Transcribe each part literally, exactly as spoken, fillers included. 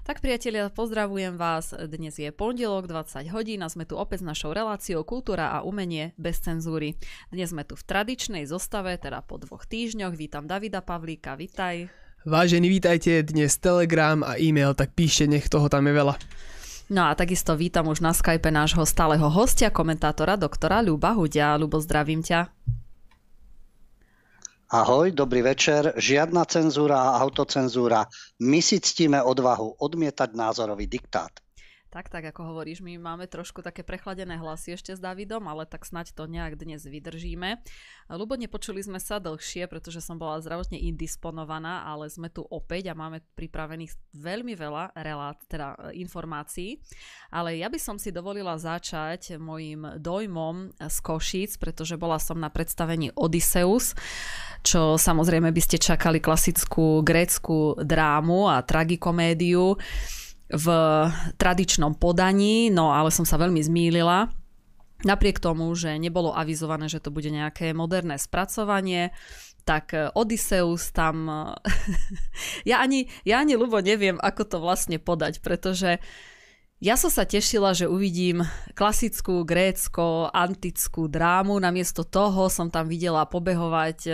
Tak priatelia, pozdravujem vás. Dnes je pondelok, dvadsať hodín a sme tu opäť s našou reláciou Kultúra a umenie bez cenzúry. Dnes sme tu v tradičnej zostave, teda po dvoch týždňoch. Vítam Davida Pavlíka, vitaj. Vážení, vítajte, dnes Telegram a e-mail, tak píšte, nech toho tam je veľa. No a takisto vítam už na Skype nášho stáleho hostia, komentátora doktora Ľuba Hudia. Ľubo, zdravím ťa. Ahoj, dobrý večer. Žiadna cenzúra a autocenzúra. My si ctíme odvahu odmietať názorový diktát. Tak, tak, ako hovoríš, my máme trošku také prechladené hlasy ešte s Davidom, ale tak snaď to nejak dnes vydržíme. Ľubo, nepočuli sme sa dlhšie, pretože som bola zdravotne indisponovaná, ale sme tu opäť a máme pripravených veľmi veľa relát, teda informácií. Ale ja by som si dovolila začať mojím dojmom z Košíc, pretože bola som na predstavení Odysseus, čo samozrejme by ste čakali klasickú grécku drámu a tragikomédiu v tradičnom podaní, no ale som sa veľmi zmýlila. Napriek tomu, že nebolo avizované, že to bude nejaké moderné spracovanie, tak Odysseus tam... ja, ani, ja ani, Ľubo, neviem, ako to vlastne podať, pretože ja som sa tešila, že uvidím klasickú grécko-antickú drámu, namiesto toho som tam videla pobehovať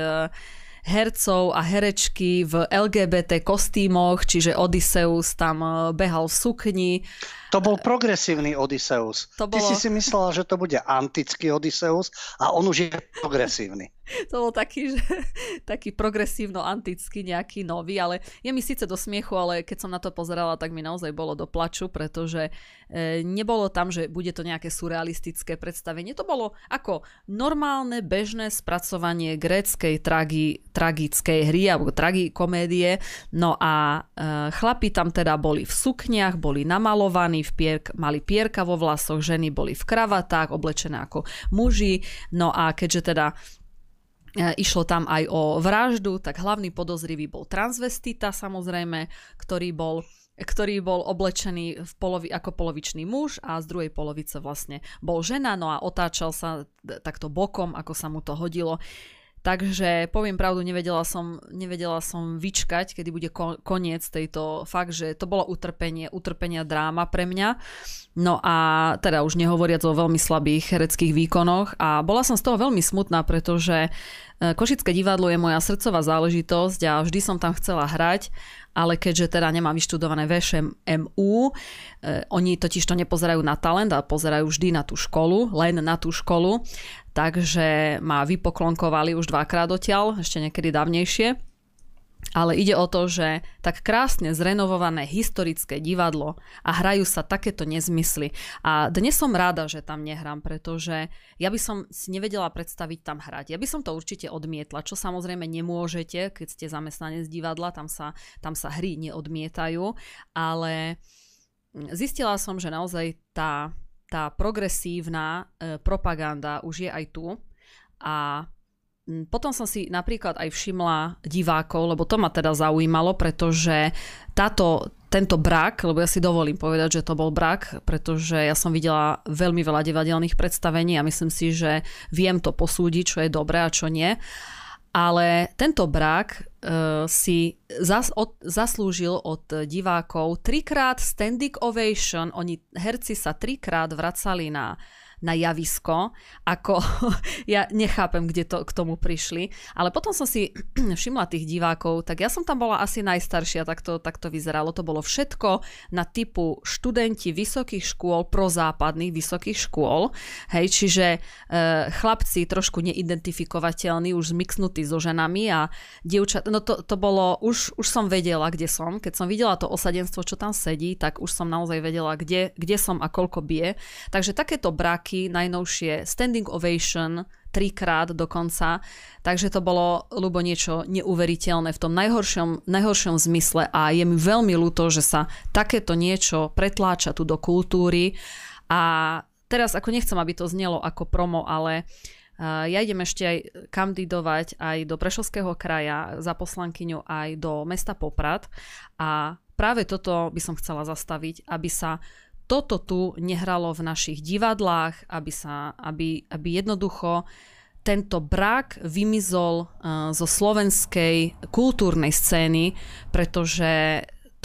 hercov a herečky v el gé bé té kostýmoch, čiže Odysseus tam behal v sukni. To bol progresívny Odysseus. To bolo... Ty si si myslela, že to bude antický Odysseus a on už je progresívny. To bol taký, že, taký progresívno-antický nejaký nový, ale je mi síce do smiechu, ale keď som na to pozerala, tak mi naozaj bolo do plaču, pretože e, nebolo tam, že bude to nejaké surrealistické predstavenie. To bolo ako normálne, bežné spracovanie gréckej tragi, tragickej hry alebo tragikomédie. No a e, chlapi tam teda boli v sukniach, boli namalovaní, v pierk, mali pierka vo vlasoch, ženy boli v kravatách, oblečené ako muži. No a keďže teda išlo tam aj o vraždu, tak hlavný podozrivý bol transvestita, samozrejme, ktorý bol, ktorý bol oblečený v polovi, ako polovičný muž a z druhej polovice vlastne bol žena, no a otáčal sa takto bokom, ako sa mu to hodilo. Takže poviem pravdu, nevedela som, nevedela som vyčkať, kedy bude koniec tejto, fakt, že to bolo utrpenie, utrpenia dráma pre mňa. No a teda už nehovoriac o veľmi slabých hereckých výkonoch a bola som z toho veľmi smutná, pretože Košické divadlo je moja srdcová záležitosť a vždy som tam chcela hrať, ale keďže teda nemám vyštudované vé š em ú, eh, oni totiž to nepozerajú na talent, ale pozerajú vždy na tú školu, len na tú školu, takže ma vypoklonkovali už dvakrát odtiaľ, ešte niekedy dávnejšie. Ale ide o to, že tak krásne zrenovované historické divadlo a hrajú sa takéto nezmysly. A dnes som rada, že tam nehrám, pretože ja by som si nevedela predstaviť tam hrať. Ja by som to určite odmietla, čo samozrejme nemôžete, keď ste zamestnanec divadla, tam sa, tam sa hry neodmietajú. Ale zistila som, že naozaj tá, tá progresívna e, propaganda už je aj tu a potom som si napríklad aj všimla divákov, lebo to ma teda zaujímalo, pretože táto, tento brak, lebo ja si dovolím povedať, že to bol brak, pretože ja som videla veľmi veľa divadelných predstavení a myslím si, že viem to posúdiť, čo je dobré a čo nie. Ale tento brak uh, si zas, od, zaslúžil od divákov trikrát standing ovation. Oni, herci sa trikrát vracali na na javisko, ako ja nechápem, kde to k tomu prišli, ale potom som si všimla tých divákov, tak ja som tam bola asi najstaršia, tak to, tak to vyzeralo, to bolo všetko na typu študenti vysokých škôl, prozápadných vysokých škôl, hej, čiže e, chlapci trošku neidentifikovateľní, už zmixnutí so ženami a dievčat, no to, to bolo, už, už som vedela, kde som, keď som videla to osadenstvo, čo tam sedí, tak už som naozaj vedela, kde, kde som a koľko bije, takže takéto brak najnovšie standing ovation trikrát dokonca, takže to bolo, Ľubo, niečo neuveriteľné v tom najhoršom, najhoršom zmysle a je mi veľmi ľúto, že sa takéto niečo pretláča tu do kultúry a teraz ako nechcem, aby to znelo ako promo, ale uh, ja idem ešte aj kandidovať aj do Prešovského kraja za poslankyňu aj do mesta Poprad a práve toto by som chcela zastaviť, aby sa toto tu nehralo v našich divadlách, aby, sa, aby, aby jednoducho tento brak vymizol uh, zo slovenskej kultúrnej scény, pretože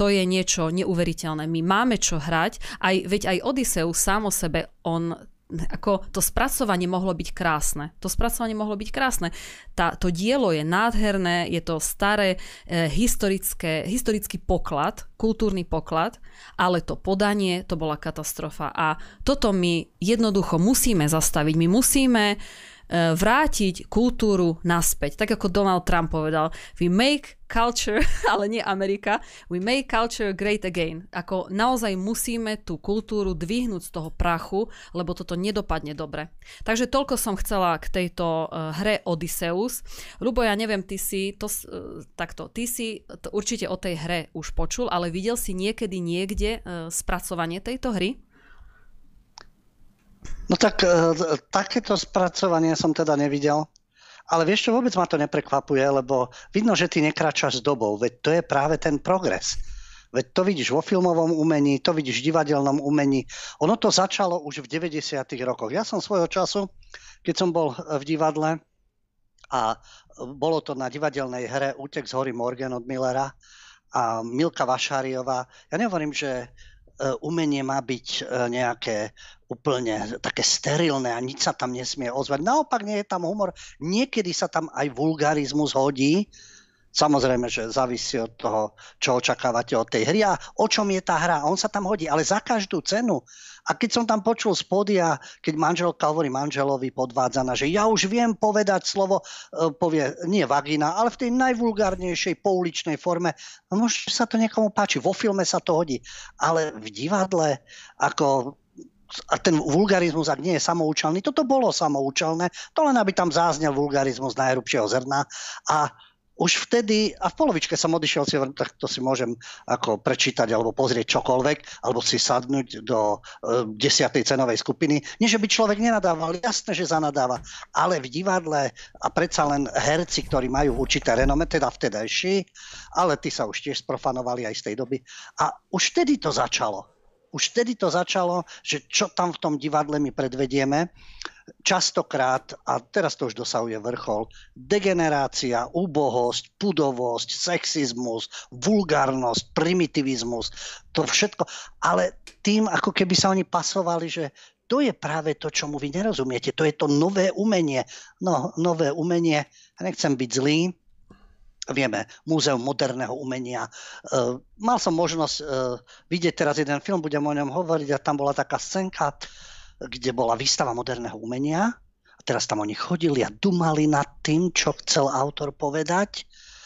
to je niečo neuveriteľné. My máme čo hrať, aj, veď aj Odysseus sám o sebe, on ako to spracovanie mohlo byť krásne. To spracovanie mohlo byť krásne. Tá, to dielo je nádherné, je to staré, e, historické, historický poklad, kultúrny poklad, ale to podanie, to bola katastrofa. A toto my jednoducho musíme zastaviť. My musíme e, vrátiť kultúru naspäť. Tak ako Donald Trump povedal, we make culture, ale nie Amerika, we make culture great again. Ako naozaj musíme tú kultúru dvihnúť z toho prachu, lebo toto nedopadne dobre. Takže toľko som chcela k tejto uh, hre Odysseus. Ľubo, ja neviem, ty si to, uh, takto, ty si to určite o tej hre už počul, ale videl si niekedy niekde uh, spracovanie tejto hry? No tak uh, takéto spracovanie som teda nevidel. Ale vieš čo, vôbec ma to neprekvapuje, lebo vidno, že ty nekráčaš s dobou, veď to je práve ten progres. Veď to vidíš vo filmovom umení, to vidíš v divadelnom umení. Ono to začalo už v deväťdesiatych rokoch. Ja som svojho času, keď som bol v divadle a bolo to na divadelnej hre Útek z hory Morgan od Millera a Milka Vašáriová, ja nehovorím, že umenie má byť nejaké úplne také sterilné a nič sa tam nesmie ozvať. Naopak nie je tam humor. Niekedy sa tam aj vulgarizmus hodí. Samozrejme, že závisí od toho, čo očakávate od tej hry a o čom je tá hra. On sa tam hodí, ale za každú cenu. A keď som tam počul z pódia, keď manželka hovorí manželovi podvádzaná, že ja už viem povedať slovo, povie nie vagina, ale v tej najvulgárnejšej pouličnej forme. No možno sa to niekomu páči, vo filme sa to hodí, ale v divadle ako... A ten vulgarizmus, ak nie je samoučelný, toto bolo samoučelné, to len aby tam záznel vulgarizmus najhrubšieho zrna a už vtedy, a v polovičke som odišiel, si hovorím, tak to si môžem ako prečítať alebo pozrieť čokoľvek, alebo si sadnúť do uh, desiatej cenovej skupiny. Nie, že by človek nenadával, jasné, že zanadáva, ale v divadle a predsa len herci, ktorí majú určité renome, teda vtedajší, ale tí sa už tiež sprofanovali aj z tej doby. A už vtedy to začalo. Už vtedy to začalo, že čo tam v tom divadle my predvedieme, častokrát, a teraz to už dosahuje vrchol, degenerácia, úbohosť, pudovosť, sexizmus, vulgárnosť, primitivizmus, to všetko. Ale tým, ako keby sa oni pasovali, že to je práve to, čomu vy nerozumiete. To je to nové umenie. No, nové umenie, nechcem byť zlý, vieme, Múzeum moderného umenia. Uh, mal som možnosť uh, vidieť teraz jeden film, budem o ňom hovoriť a tam bola taká scénka, kde bola výstava moderného umenia. A teraz tam oni chodili a dumali nad tým, čo chcel autor povedať.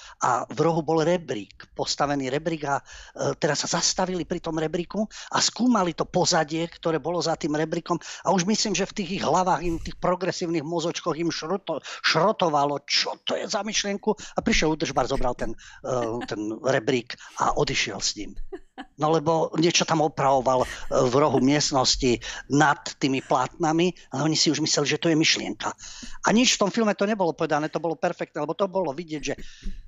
A v rohu bol rebrík, postavený rebrík a e, teraz sa zastavili pri tom rebríku a skúmali to pozadie, ktoré bolo za tým rebríkom a už myslím, že v tých ich hlavách, im tých progresívnych mozočkoch im šroto, šrotovalo, čo to je za myšlienku a prišiel údržbar, zobral ten, e, ten rebrík a odišiel s ním. No lebo niečo tam opravoval e, v rohu miestnosti nad tými plátnami, ale oni si už mysleli, že to je myšlienka. A nič v tom filme to nebolo povedané, to bolo perfektné, lebo to bolo vidieť, že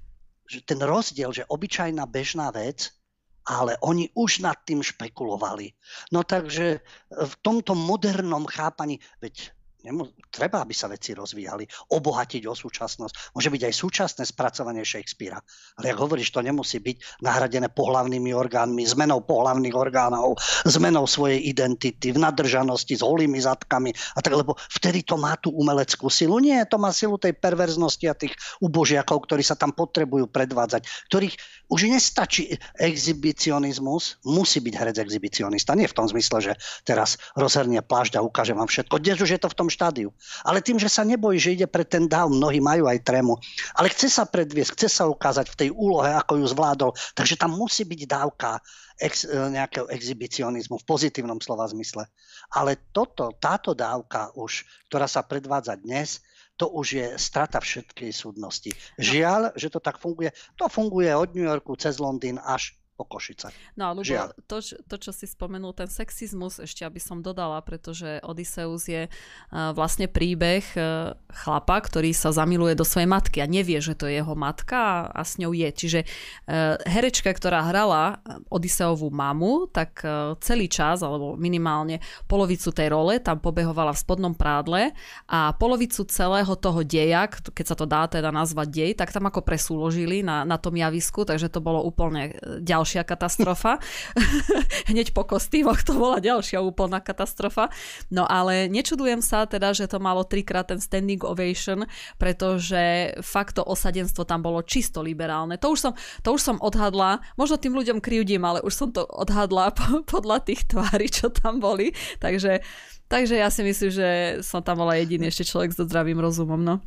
že ten rozdiel, že obyčajná bežná vec, ale oni už nad tým špekulovali. No takže v tomto modernom chápaní, veď nemu, treba, aby sa veci rozvíjali, obohatiť o súčasnosť. Môže byť aj súčasné spracovanie Shakespearea. Ale jak hovoríš, to nemusí byť nahradené pohlavnými orgánmi, zmenou pohlavných orgánov, zmenou svojej identity, v nadržanosti, s holými zadkami a tak, lebo vtedy to má tú umeleckú silu. Nie, to má silu tej perverznosti a tých ubožiakov, ktorí sa tam potrebujú predvádzať, ktorých už nestačí exhibicionizmus, musí byť herec exhibicionista. Nie v tom zmysle, že teraz rozhrnie plášť a ukáže vám všetko. Dnes už je to v tom štádiu. Ale tým, že sa nebojí, že ide pre ten dáv, mnohí majú aj trému, ale chce sa predviesť, chce sa ukázať v tej úlohe, ako ju zvládol. Takže tam musí byť dávka ex, nejakého exhibicionizmu v pozitívnom slova zmysle. Ale toto, táto dávka už, ktorá sa predvádza dnes, to už je strata všetkej súdnosti. Žiaľ, že to tak funguje. To funguje od New Yorku cez Londýn až po Košice. No ale to, to, čo si spomenul, ten sexizmus, ešte aby som dodala, pretože Odysseus je uh, vlastne príbeh uh, chlapa, ktorý sa zamiluje do svojej matky a nevie, že to je jeho matka a, a s ňou je. Čiže uh, herečka, ktorá hrala Odysseovú mamu, tak uh, celý čas, alebo minimálne polovicu tej role, tam pobehovala v spodnom prádle a polovicu celého toho deja, keď sa to dá teda nazvať dej, tak tam ako presúložili na, na tom javisku, takže to bolo úplne ďalšie ďalšia katastrofa. Hneď po kostýmoch to bola ďalšia úplná katastrofa. No ale nečudujem sa teda, že to malo trikrát ten standing ovation, pretože fakt to osadenstvo tam bolo čisto liberálne. To už som, to už som odhadla, možno tým ľuďom krivdím, ale už som to odhadla podľa tých tvári, čo tam boli. Takže, takže ja si myslím, že som tam bola jediný ešte človek s zdravým rozumom. No.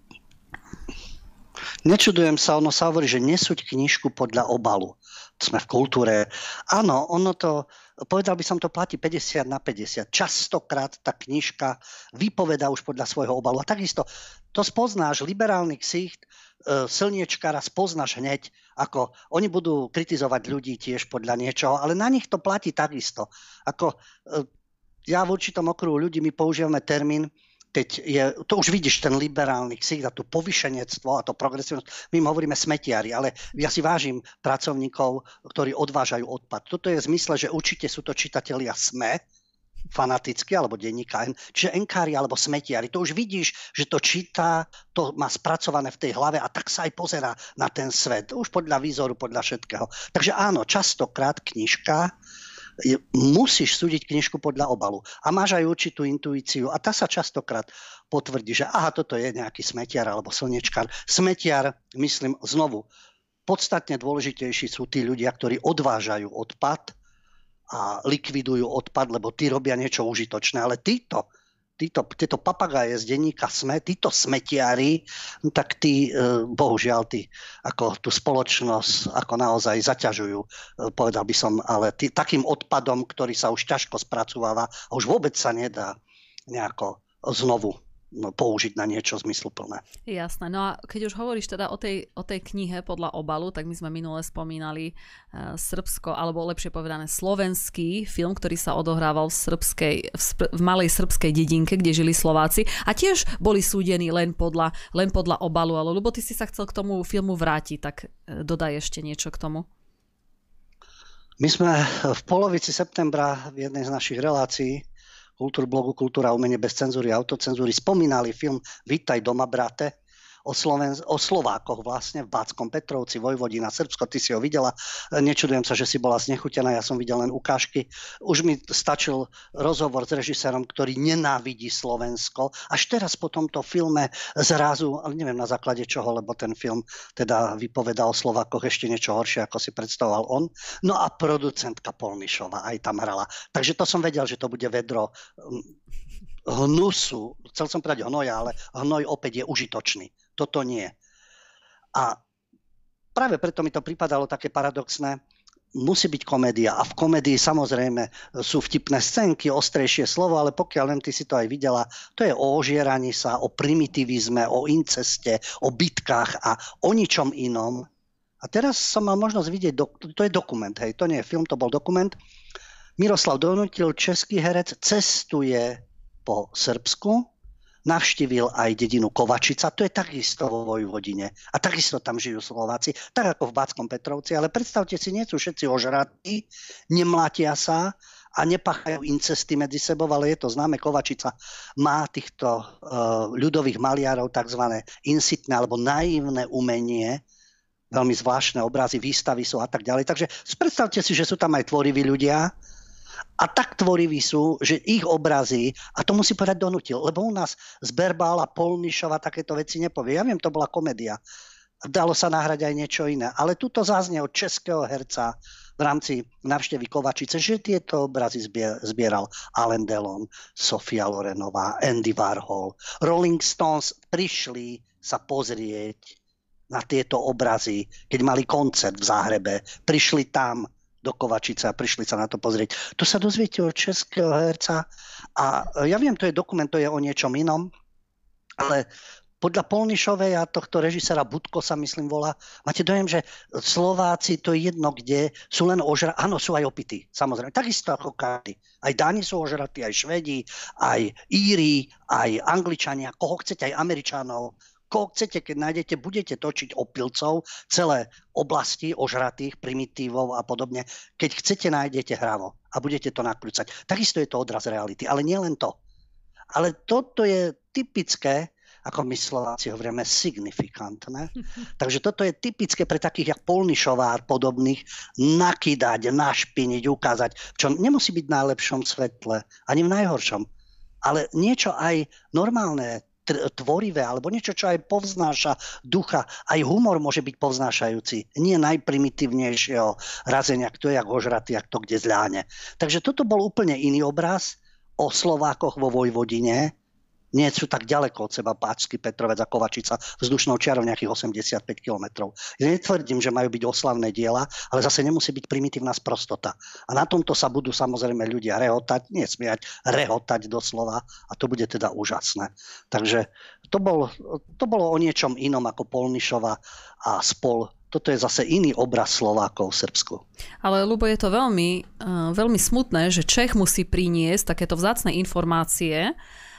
Nečudujem sa, ono sa hovorí, že nesúď knižku podľa obalu. Sme v kultúre. Áno, ono to, povedal by som, to platí päťdesiat na päťdesiat. Častokrát tá knižka vypovedá už podľa svojho obalu. A takisto to spoznáš, liberálny ksicht, slniečkara spoznáš hneď, ako oni budú kritizovať ľudí tiež podľa niečoho, ale na nich to platí takisto. Ako ja v určitom okruhu ľudí my používame termín, keď je, to už vidíš ten liberálny ksicht a to povyšenectvo a to progresívnosť. My im hovoríme smetiari, ale ja si vážim pracovníkov, ktorí odvážajú odpad. Toto je v zmysle, že určite sú to čitatelia SME, fanaticky, alebo denníka N, čiže enkári alebo smetiari. To už vidíš, že to číta, to má spracované v tej hlave a tak sa aj pozerá na ten svet. Už podľa výzoru, podľa všetkého. Takže áno, častokrát knižka, musíš súdiť knižku podľa obalu. A máš aj určitú intuíciu a tá sa častokrát potvrdí, že aha, toto je nejaký smetiar alebo slnečkár. Smetiar, myslím znovu, podstatne dôležitejší sú tí ľudia, ktorí odvážajú odpad a likvidujú odpad, lebo tí robia niečo užitočné. Ale títo, títo, títo papagáje z denníka SME, títo smetiari, no tak tí, bohužiaľ, tí, ako tú spoločnosť ako naozaj zaťažujú, povedal by som, ale tí, takým odpadom, ktorý sa už ťažko spracováva a už vôbec sa nedá nejako znovu no, použiť na niečo zmysluplné. Jasné. No a keď už hovoríš teda o tej, o tej knihe podľa obalu, tak my sme minule spomínali uh, Srbsko, alebo lepšie povedané slovenský film, ktorý sa odohrával v, srbskej, v, spr- v malej srbskej dedinke, kde žili Slováci a tiež boli súdení len podľa, len podľa obalu. Ale ľubo, ty si sa chcel k tomu filmu vrátiť, tak uh, dodaj ešte niečo k tomu. My sme v polovici septembra v jednej z našich relácií Kultúrblogu Kultúra, umenie bez cenzúry a autocenzúry spomínali film Vítaj doma, brate, o, Sloven- o Slovákoch vlastne v Bátskom Petrovci, Vojvodina, Srbsko. Ty si ho videla. Nečudujem sa, že si bola znechutená, ja som videl len ukážky. Už mi stačil rozhovor s režisérom, ktorý nenávidí Slovensko. Až teraz po tomto filme zrazu, ale neviem na základe čoho, lebo ten film teda vypovedal o Slovákoch ešte niečo horšie, ako si predstavoval on. No a producentka Polnišová aj tam hrala. Takže to som vedel, že to bude vedro hnusu, chcel som povedať hnoja, ale hnoj opäť je užitočný. Toto nie. A práve preto mi to pripadalo také paradoxné. Musí byť komédia a v komédii samozrejme sú vtipné scénky, ostrejšie slovo, ale pokiaľ len ty si to aj videla, to je o ožieraní sa, o primitivizme, o inceste, o bitkách a o ničom inom. A teraz som mal možnosť vidieť, to je dokument, hej, to nie je film, to bol dokument. Miroslav Donutil, český herec, cestuje po Srbsku, navštívil aj dedinu Kovačica, to je takisto vo Vojvodine. A takisto tam žijú Slováci, tak ako v Bátskom Petrovci. Ale predstavte si, nie sú všetci ožratí, nemlátia sa a nepáchajú incesty medzi sebou, ale je to známe, Kovačica má týchto uh, ľudových maliarov tzv. Insitné alebo naivné umenie, veľmi zvláštne obrazy, výstavy sú a tak ďalej. Takže predstavte si, že sú tam aj tvoriví ľudia, a tak tvoriví sú, že ich obrazy, a to musí povedať Donutil, lebo u nás z Berbála, Polnišova takéto veci nepovie. Ja viem, to bola komédia. Dalo sa nahrať aj niečo iné. Ale tuto zaznie od českého herca v rámci návštevy Kovačice, že tieto obrazy zbieral Alain Delon, Sofia Lorenová, Andy Warhol. Rolling Stones prišli sa pozrieť na tieto obrazy, keď mali koncert v Záhrebe. Prišli tam do Kovačice a prišli sa na to pozrieť. To sa dozviete od českého herca a ja viem, to je dokument, to je o niečom inom, ale podľa Polnišovej a tohto režisera Budko sa myslím volá, máte dojem, že Slováci, to je jedno kde, sú len ožratí, áno, sú aj opití, samozrejme, takisto ako každý. Aj Dáni sú ožratí, aj Švédi, aj Íri, aj Angličania, koho chcete, aj Američanov. Koho chcete, keď nájdete, budete točiť opilcov, celé oblasti ožratých, primitívov a podobne. Keď chcete, nájdete hravo a budete to nakľúcať. Takisto je to odraz reality, ale nie len to. Ale toto je typické, ako my Slováci hovoríme, signifikantné. Takže toto je typické pre takých jak Polnišová a podobných, nakydať, našpiniť, ukázať, čo nemusí byť v najlepšom svetle, ani v najhoršom, ale niečo aj normálne, tvorivé, alebo niečo, čo aj povznáša ducha. Aj humor môže byť povznášajúci. Nie najprimitívnejšieho razenia, kto je jak ožratý, jak to kde zľáne. Takže toto bol úplne iný obraz o Slovákoch vo Vojvodine. Nie sú tak ďaleko od seba Páčsky, Petrovec a Kovačica vzdušnou čiarou nejakých osemdesiatpäť kilometrov. Ja netvrdím, že majú byť oslavné diela, ale zase nemusí byť primitívna sprostota. A na tomto sa budú samozrejme ľudia rehotať, nie smiať, rehotať doslova a to bude teda úžasné. Takže to, bol, to bolo o niečom inom ako Polnišova a spol. Toto je zase iný obraz Slovákov v Srbsku. Ale Ľubo, je to veľmi, uh, veľmi smutné, že Čech musí priniesť takéto vzácne informácie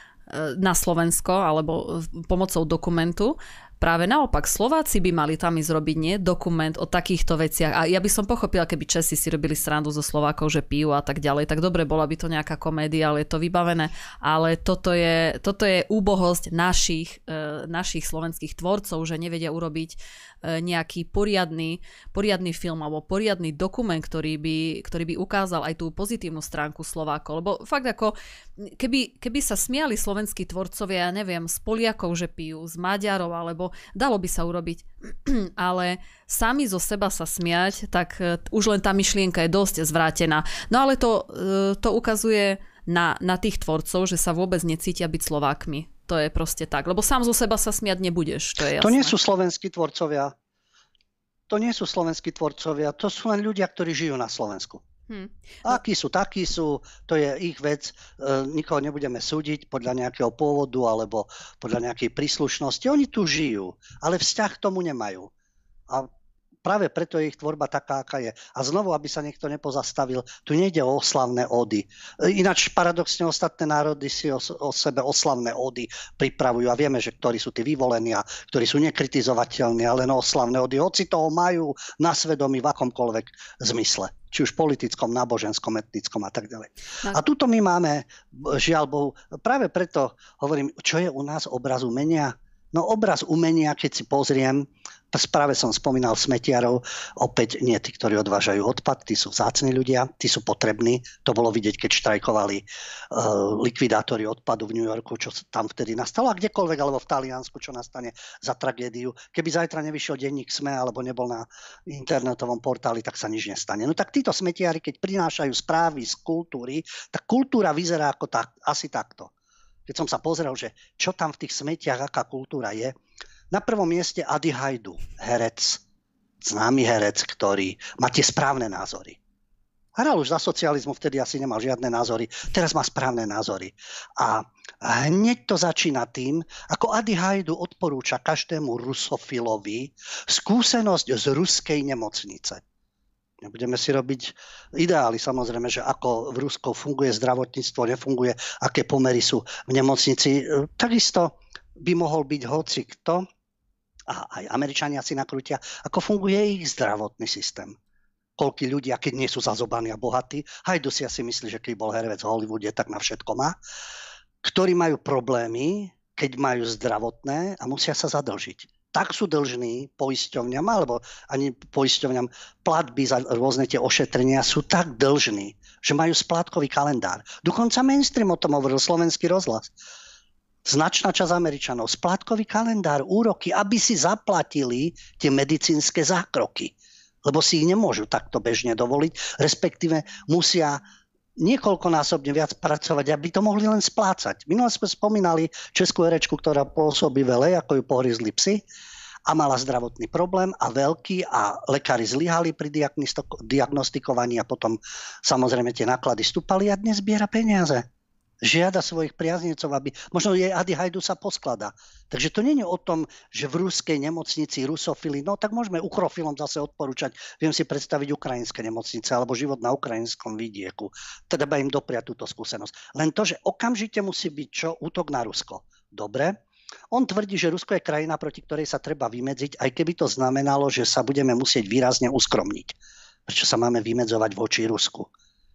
na Slovensko alebo pomocou dokumentu. Práve naopak, Slováci by mali tam ísť robiť nie dokument o takýchto veciach. A ja by som pochopila, keby Česi si robili srandu zo Slovákov, že pijú a tak ďalej. Tak dobre, bola by to nejaká komédia, ale je to vybavené. Ale toto je, toto je úbohosť našich, e, našich slovenských tvorcov, že nevedia urobiť e, nejaký poriadny, poriadny film alebo poriadny dokument, ktorý by, ktorý by ukázal aj tú pozitívnu stránku Slovákov. Lebo fakt ako, keby, keby sa smiali slovenskí tvorcovia, ja neviem, z Poliakov, že pijú, z Maďarov, alebo dalo by sa urobiť, ale sami zo seba sa smiať, tak už len tá myšlienka je dosť zvrátená. No ale to, to ukazuje na, na tých tvorcov, že sa vôbec necítia byť Slovákmi. To je proste tak, lebo sám zo seba sa smiať nebudeš, to je jasné. To nie sú slovenskí tvorcovia. To nie sú slovenskí tvorcovia, to sú len ľudia, ktorí žijú na Slovensku. Hmm. Akí sú, takí sú, to je ich vec, e, nikoho nebudeme súdiť podľa nejakého pôvodu alebo podľa nejakej príslušnosti. Oni tu žijú, ale vzťah k tomu nemajú. A práve preto je ich tvorba taká, aká je. A znovu, aby sa niekto nepozastavil, tu nejde o oslavné ódy. Ináč paradoxne ostatné národy si o, o sebe oslavné ódy pripravujú a vieme, že ktorí sú tí vyvolení a ktorí sú nekritizovateľní, ale len oslavné ódy. Hoci toho majú na svedomí v akomkoľvek zmysle. Či už politickom, náboženskom, etnickom a tak ďalej. Tak. A tuto my máme, žiaľ Bohu, práve preto hovorím, čo je u nás obraz umenia? No obraz umenia, keď si pozriem, práve som spomínal smetiarov, opäť nie tí, ktorí odvážajú odpad, tí sú vzácni ľudia, tí sú potrební. To bolo vidieť, keď štrajkovali uh, likvidátori odpadu v New Yorku, čo tam vtedy nastalo, a kdekoľvek, alebo v Taliansku, čo nastane za tragédiu. Keby zajtra nevyšiel denník SME alebo nebol na internetovom portáli, tak sa nič nestane. No tak títo smetiari, keď prinášajú správy z kultúry, tak kultúra vyzerá ako tak, asi takto. Keď som sa pozrel, že čo tam v tých smetiach, aká kultúra je, na prvom mieste Adi Hajdu, herec, známy herec, ktorý má tie správne názory. Hral už za socializmu, vtedy asi nemal žiadne názory, teraz má správne názory. A hneď to začína tým, ako Adi Hajdu odporúča každému rusofilovi skúsenosť z ruskej nemocnice. Nebudeme si robiť ideály, samozrejme, že ako v Rusku funguje zdravotníctvo, nefunguje, aké pomery sú v nemocnici. Takisto by mohol byť hoci kto, a aj Američania si nakrútia, ako funguje ich zdravotný systém. Koľkí ľudia, keď nie sú zazobaní a bohatí, Hajdu si asi myslí, že keď bol herec v Hollywoode, tak na všetko má, ktorí majú problémy, keď majú zdravotné a musia sa zadlžiť. Tak sú dlžní poisťovňam, alebo ani poisťovňam, platby za rôzne tie ošetrenia sú tak dlžní, že majú splátkový kalendár. Dokonca mainstream o tom hovoril Slovenský rozhlas. Značná časť Američanov, splátkový kalendár, úroky, aby si zaplatili tie medicínske zákroky. Lebo si ich nemôžu takto bežne dovoliť, respektíve musia niekoľkonásobne viac pracovať, aby to mohli len splácať. Minule sme spomínali českú herečku, ktorá pôsobí velej, ako ju pohryzli psi a mala zdravotný problém a veľký a lekári zlyhali pri diagnostikovaní a potom samozrejme tie náklady stúpali a dnes zbiera peniaze. Žiada svojich priaznivcov, aby možno jej Adi Hajdu sa poskladá. Takže to nie je o tom, že v ruskej nemocnici rusofili, no tak môžeme ukrofilom zase odporúčať, viem si predstaviť ukrajinské nemocnice alebo život na ukrajinskom vidieku. Teda im dopriať túto skúsenosť. Len to, že okamžite musí byť čo? Útok na Rusko. Dobre. On tvrdí, že Rusko je krajina, proti ktorej sa treba vymedziť, aj keby to znamenalo, že sa budeme musieť výrazne uskromniť. Prečo sa máme vymedzovať voči Rusku?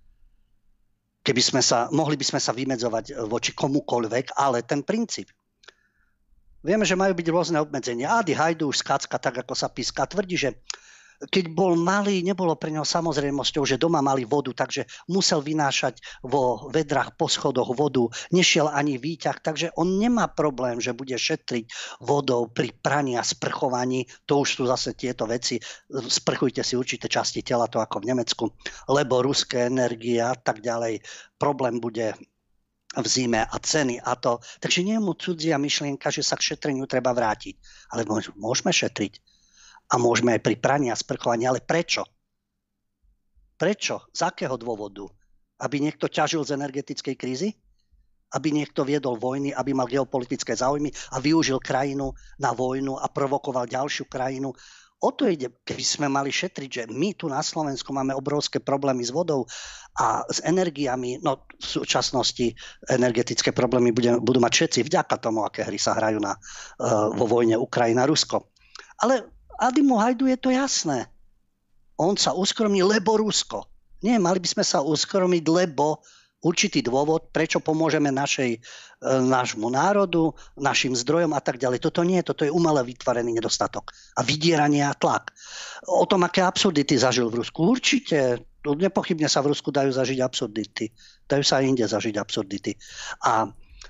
Keby sme sa, mohli by sme sa vymedzovať voči komukoľvek, ale ten princíp. Vieme, že majú byť rôzne obmedzenia. Adi Hajdúš z Kacka, tak ako sa píska, tvrdí, že keď bol malý, nebolo pre neho samozrejmosťou, že doma mali vodu, takže musel vynášať vo vedrách po schodoch vodu, nešiel ani výťah, takže on nemá problém, že bude šetriť vodou pri praní a sprchovaní. To už sú zase tieto veci. Sprchujte si určité časti tela, to ako v Nemecku, lebo ruské energie a tak ďalej. Problém bude v zime a ceny a to. Takže nie je mu cudzia myšlienka, že sa k šetreniu treba vrátiť. Ale môžeme šetriť. A môžeme aj pri praní a sprchovaní. Ale prečo? Prečo? Z akého dôvodu? Aby niekto ťažil z energetickej krízy? Aby niekto viedol vojny, aby mal geopolitické záujmy a využil krajinu na vojnu a provokoval ďalšiu krajinu? O to ide, keby sme mali šetriť, že my tu na Slovensku máme obrovské problémy s vodou a s energiami. No v súčasnosti energetické problémy budú, budú mať všetci vďaka tomu, aké hry sa hrajú na, uh, vo vojne Ukrajina-Rusko. Ale Adimu Hajdu je to jasné. On sa uskromní, lebo Rusko. Nie, mali by sme sa uskromiť, lebo určitý dôvod, prečo pomôžeme našej, nášmu národu, našim zdrojom a tak ďalej. Toto nie, toto je umelé vytvorený nedostatok. A vydieranie a tlak. O tom, aké absurdity zažil v Rusku. Určite, nepochybne sa v Rusku dajú zažiť absurdity. Dajú sa aj inde zažiť absurdity. A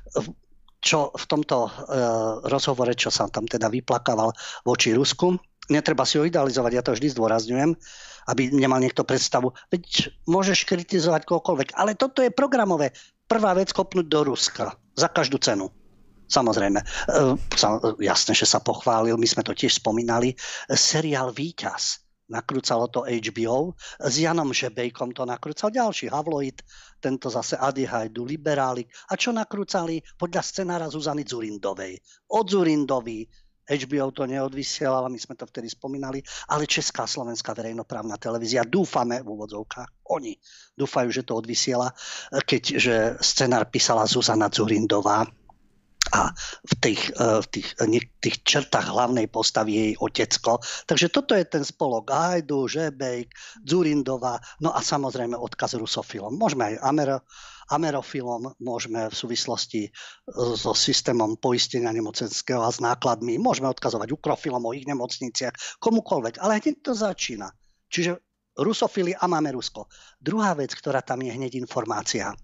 čo v tomto uh, rozhovore, čo sa tam teda vyplakával voči Rusku, netreba si ho idealizovať, ja to vždy zdôrazňujem, aby nemal niekto predstavu. Veď môžeš kritizovať kohokoľvek, ale toto je programové. Prvá vec kopnúť do Ruska. Za každú cenu. Samozrejme. Jasné, že sa pochválil, my sme to tiež spomínali. Seriál Víťaz. Nakrúcalo to há bé ó. S Janom Žebejkom to nakrúcal ďalší. Havloid, tento zase Adi Hajdu, Liberálik. A čo nakrúcali? Podľa scenára Zuzany Dzurindovej. Od Dzurindovej há bé ó to neodvysielala, my sme to vtedy spomínali, ale Česká slovenská verejnoprávna televízia, dúfame v úvodzovkách, oni dúfajú, že to odvysiela, keďže scenár písala Zuzana Dzurindová a v tých, v tých, tých črtách hlavnej postavy jej otecko. Takže toto je ten spolok Hajdu, Žebejk, Dzurindová, no a samozrejme odkaz rusofilom. Môžeme aj Amero, Amerofilom, môžeme v súvislosti so systémom poistenia nemocenského a s nákladmi, môžeme odkazovať ukrofilom o ich nemocniciach, komukoľvek, ale hneď to začína. Čiže rusofily a máme Rusko. Druhá vec, ktorá tam je hneď informácia.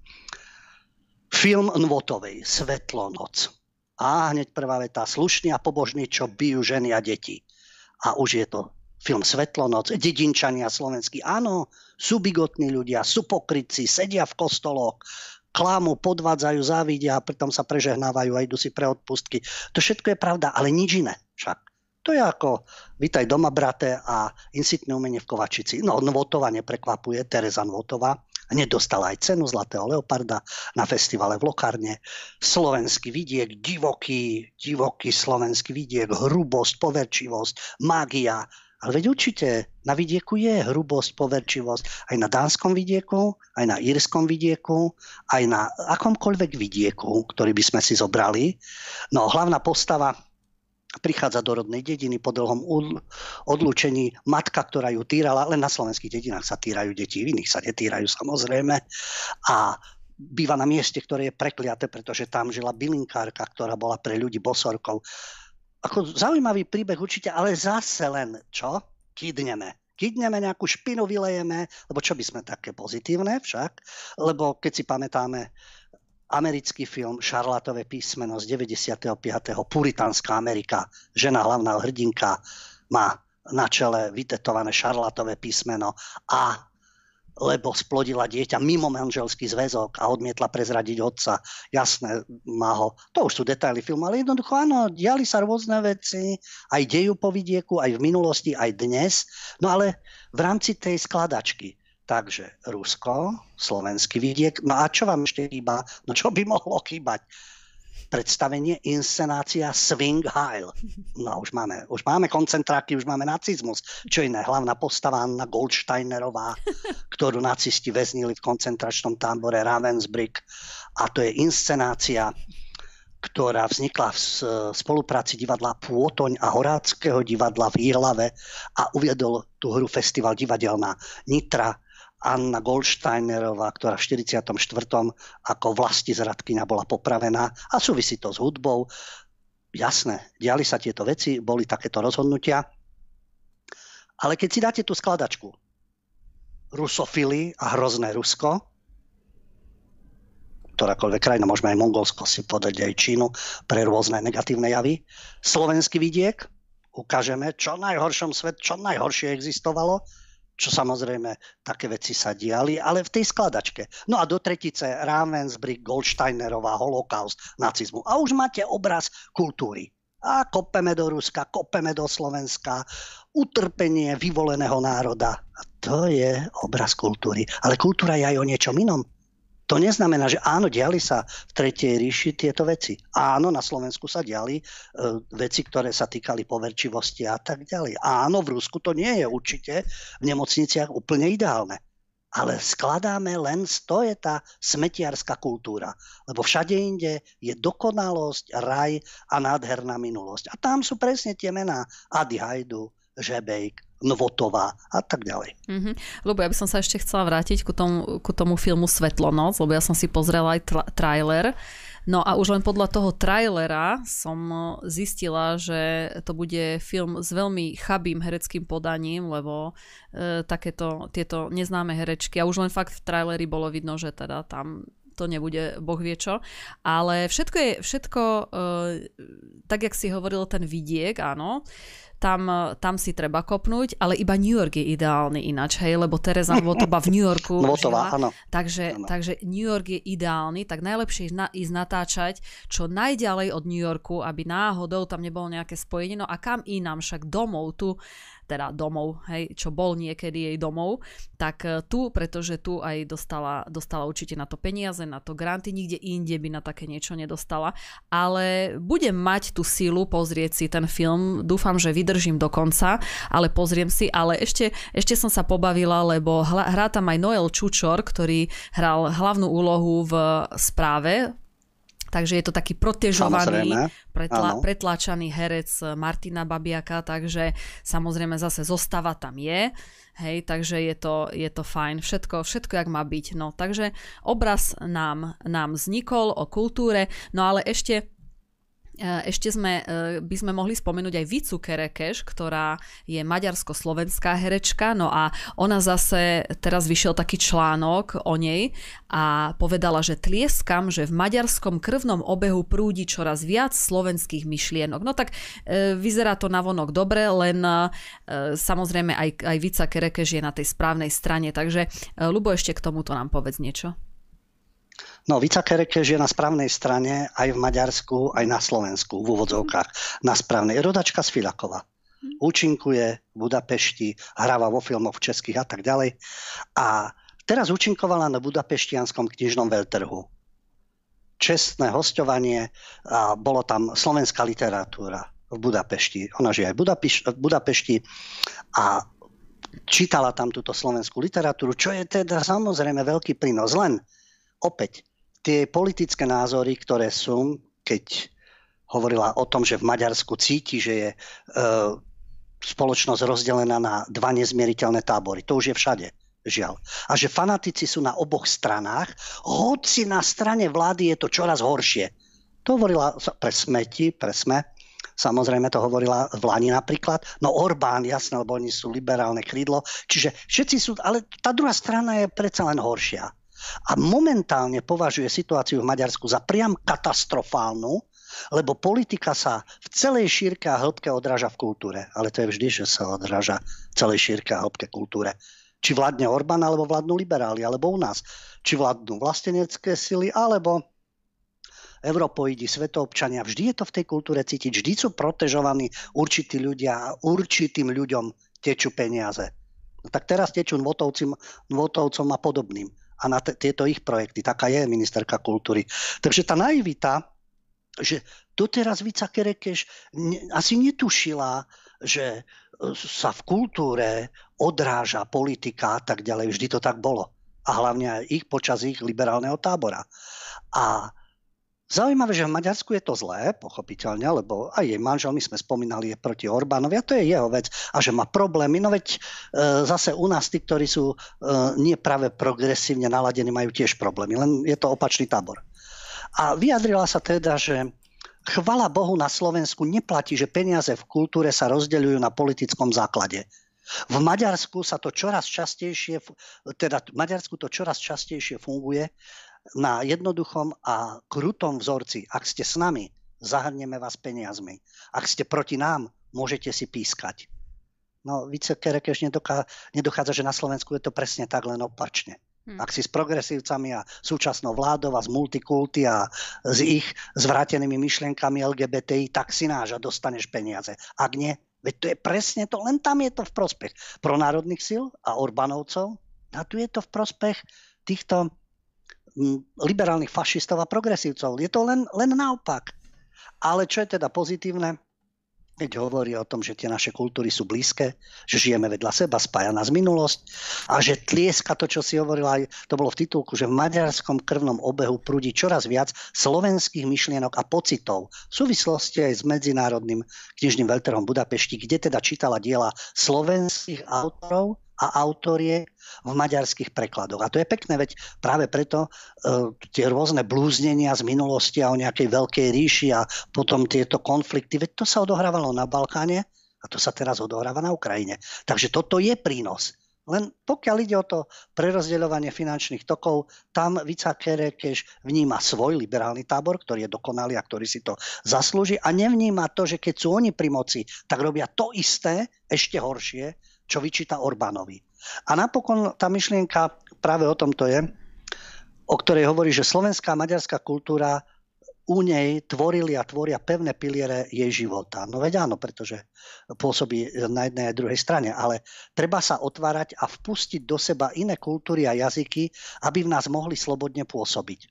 Film Nvotovej, Svetlonoc. A hneď prvá veta, slušný a pobožný, čo bijú ženy a deti. A už je to film Svetlonoc, dedinčania slovenskí, áno, sú bigotní ľudia, sú pokrytci, sedia v kostoloch, klamu, podvádzajú, závidia a pritom sa prežehnávajú a idú si pre odpustky. To všetko je pravda, ale nič iné však. To je ako Vitaj doma, brate a Insitné umenie v Kovačici. No, Nvotová neprekvapuje, Tereza Nvotová. Nedostala aj cenu Zlatého leoparda na festivale v Lokárne. Slovenský vidiek, divoký, divoký slovenský vidiek, hrubosť, poverčivosť, mágia. Ale veď určite na vidieku je hrubosť, poverčivosť aj na dánskom vidieku, aj na írskom vidieku, aj na akomkoľvek vidieku, ktorý by sme si zobrali. No hlavná postava prichádza do rodnej dediny po dlhom odlúčení. Matka, ktorá ju týrala, len na slovenských dedinách sa týrajú deti, v iných sa netýrajú samozrejme. A býva na mieste, ktoré je prekliaté, pretože tam žila bylinkárka, ktorá bola pre ľudí bosorkou. Ako zaujímavý príbeh určite, ale zase len čo? Kydneme. Kydneme, nejakú špinu vylejeme, lebo čo by sme také pozitívne však? Lebo keď si pamätáme americký film Šarlátové písmeno z deväťdesiatpäť. Puritánska Amerika. Žena hlavná hrdinka má na čele vytetované šarlátové písmeno A, lebo splodila dieťa mimo manželský zväzok a odmietla prezradiť otca. Jasné, má ho. To už sú detaily filmu, ale jednoducho áno, diali sa rôzne veci, aj dejú po vidieku, aj v minulosti, aj dnes. No ale v rámci tej skladačky. Takže Rusko, slovenský vidiek. No a čo vám ešte chýba? No čo by mohlo chýbať? Predstavenie, inscenácia Swing Heil. No už máme, už máme koncentráky, už máme nacizmus. Čo iné? Hlavná postava Anna Goldsteinerová, ktorú nacisti väznili v koncentračnom tábore Ravensbrück. A to je inscenácia, ktorá vznikla v spolupráci divadla Pôtoň a Horáckého divadla v Jihlave a uviedol tú hru Festival divadelná Nitra. Anna Goldsteinerová, ktorá v štyridsiatom štvrtom ako vlastizradkyňa bola popravená a súvisí to s hudbou. jasné, diali sa tieto veci, boli takéto rozhodnutia, ale keď si dáte tú skladačku rusofily a hrozné Rusko, ktorákoľvek krajina, môžeme aj Mongolsko si povedať, aj Čínu, pre rôzne negatívne javy. Slovenský vidiek, ukážeme, čo najhoršom svet, čo najhoršie existovalo, čo samozrejme také veci sa diali, ale v tej skladačke. No a do tretice Ravensbrück, Goldsteinerová, holokaust, nacizmu. A už máte obraz kultúry. A kopeme do Ruska, kopeme do Slovenska, utrpenie vyvoleného národa. A to je obraz kultúry. Ale kultúra je aj o niečom inom. To neznamená, že áno, diali sa v Tretej ríši tieto veci. Áno, na Slovensku sa diali e, veci, ktoré sa týkali poverčivosti a tak ďalej. Áno, v Rusku to nie je určite v nemocniciach úplne ideálne. Ale skladáme len, to je tá smetiarská kultúra. Lebo všade inde je dokonalosť, raj a nádherná minulosť. A tam sú presne tie mená Ady Hajdu, Žebejk, Novotová a tak ďalej. Mm-hmm. Lebo ja by som sa ešte chcela vrátiť ku tomu, ku tomu filmu Svetlonoc, lebo ja som si pozrela aj tra- trailer. No a už len podľa toho trailera som zistila, že to bude film s veľmi chabým hereckým podaním, lebo e, takéto tieto neznáme herečky, a už len fakt v traileri bolo vidno, že teda tam to nebude boh vie čo. Ale všetko je, všetko, e, tak jak si hovoril ten vidiek, áno, Tam, tam si treba kopnúť, ale iba New York je ideálny ináč, hej, lebo Tereza Nvotová v New Yorku Nvotová, žila, áno. takže, áno. takže New York je ideálny, tak najlepšie na, ísť natáčať čo najďalej od New Yorku, aby náhodou tam nebolo nejaké spojenie, no a kam inám, však domov tu, teda domov, hej, čo bol niekedy jej domov, tak tu, pretože tu aj dostala, dostala určite na to peniaze, na to granty, nikde inde by na také niečo nedostala, ale budem mať tú silu pozrieť si ten film, dúfam, že vydržím do konca, ale pozriem si, ale ešte, ešte som sa pobavila, lebo hrá tam aj Noel Čučor, ktorý hral hlavnú úlohu v Správe. Takže je to taký protežovaný, pretla, pretláčaný herec Martina Babiaka, takže samozrejme zase zostava tam je, hej, takže je to, je to fajn, všetko, všetko jak má byť. No, takže obraz nám, nám vznikol o kultúre, no ale ešte Ešte sme, by sme mohli spomenúť aj Vicu Kerekeš, ktorá je maďarsko-slovenská herečka, no a ona zase, teraz vyšiel taký článok o nej a povedala, že tlieskam, že v maďarskom krvnom obehu prúdi čoraz viac slovenských myšlienok. No tak e, vyzerá to navonok dobre, len e, samozrejme aj, aj Vica Kerekeš je na tej správnej strane, takže e, Ľubo, ešte k tomuto nám povedz niečo. No, Vica Kerekeš je na správnej strane aj v Maďarsku, aj na Slovensku, v úvodzovkách. Na správnej. Rodačka z Filakova. Účinkuje v Budapešti, hráva vo filmoch českých a tak ďalej. A teraz účinkovala na budapeštianskom knižnom veľtrhu. Čestné hosťovanie, a bolo tam slovenská literatúra v Budapešti. Ona žije aj v Budapešti, v Budapešti a čítala tam túto slovenskú literatúru, čo je teda samozrejme veľký prínos. Len opäť, tie politické názory, ktoré sú, keď hovorila o tom, že v Maďarsku cíti, že je e, spoločnosť rozdelená na dva nezmieriteľné tábory. To už je všade, žiaľ. A že fanatici sú na oboch stranách, hoci na strane vlády je to čoraz horšie. To hovorila pre smeti, pre sme, samozrejme to hovorila v Lani napríklad. No Orbán, jasné, lebo oni sú liberálne krídlo. Čiže všetci sú, ale tá druhá strana je predsa len horšia. A momentálne považuje situáciu v Maďarsku za priam katastrofálnu, lebo politika sa v celej šírke a hĺbke odráža v kultúre. Ale to je vždy, že sa odráža v celej šírke a hĺbke kultúre. Či vládne Orbán, alebo vládnu liberáli, alebo u nás. Či vládnu vlastenecké sily, alebo europoidi, svetoobčania. Vždy je to v tej kultúre cítiť. Vždy sú protežovaní určití ľudia a určitým ľuďom tečú peniaze. No tak teraz tečú Nvotovcom, Nvotovcom a podobným. A na t- tieto ich projekty. Taká je ministerka kultúry. Takže tá naivita, že doteraz Vica Kerekeš ne, asi netušila, že sa v kultúre odráža politika a tak ďalej. Vždy to tak bolo. A hlavne aj ich počas ich liberálneho tábora. A zaujímavé, že v Maďarsku je to zlé, pochopiteľne, lebo aj jej manžel, my sme spomínali, je proti Orbánovi a to je jeho vec a že má problémy. No veď e, zase u nás tí, ktorí sú e, nie práve progresívne naladení, majú tiež problémy, len je to opačný tábor. A vyjadrila sa teda, že chvala Bohu na Slovensku neplatí, že peniaze v kultúre sa rozdeľujú na politickom základe. V Maďarsku sa to čoraz častejšie, teda v Maďarsku to čoraz častejšie funguje na jednoduchom a krutom vzorci. Ak ste s nami, zahrnieme vás peniazmi. Ak ste proti nám, môžete si pískať. No, vicekerekeš nedochádza, že na Slovensku je to presne tak, len opačne. Hmm. Ak si s progresívcami a súčasnou vládou a z multikulty a s ich zvrátenými myšlienkami el gé bé té í, tak si náš a dostaneš peniaze. Ak nie, veď to je presne to, len tam je to v prospech pronárodných síl a Orbánovcov a tu je to v prospech týchto liberálnych fašistov a progresívcov. Je to len, len naopak. Ale čo je teda pozitívne? Keď hovorí o tom, že tie naše kultúry sú blízke, že žijeme vedľa seba, spája nás minulosť a že tlieska to, čo si hovorila, aj to bolo v titulku, že v maďarskom krvnom obehu prúdi čoraz viac slovenských myšlienok a pocitov v súvislosti aj s medzinárodným knižným veľtrhom Budapešti, kde teda čítala diela slovenských autorov a autoriek v maďarských prekladoch. A to je pekné, veď práve preto uh, tie rôzne blúznenia z minulosti a o nejakej veľkej ríši a potom tieto konflikty, veď to sa odohrávalo na Balkáne a to sa teraz odohráva na Ukrajine. Takže toto je prínos. Len pokiaľ ide o to prerozdeľovanie finančných tokov, tam Vica Kerekeš vníma svoj liberálny tábor, ktorý je dokonalý a ktorý si to zaslúži a nevníma to, že keď sú oni pri moci, tak robia to isté, ešte horšie, čo vyčíta Orbánovi. A napokon tá myšlienka práve o tomto je, o ktorej hovorí, že slovenská a maďarská kultúra u nej tvorili a tvoria pevné piliere jej života. No veď áno, pretože pôsobí na jednej a druhej strane, ale treba sa otvárať a vpustiť do seba iné kultúry a jazyky, aby v nás mohli slobodne pôsobiť.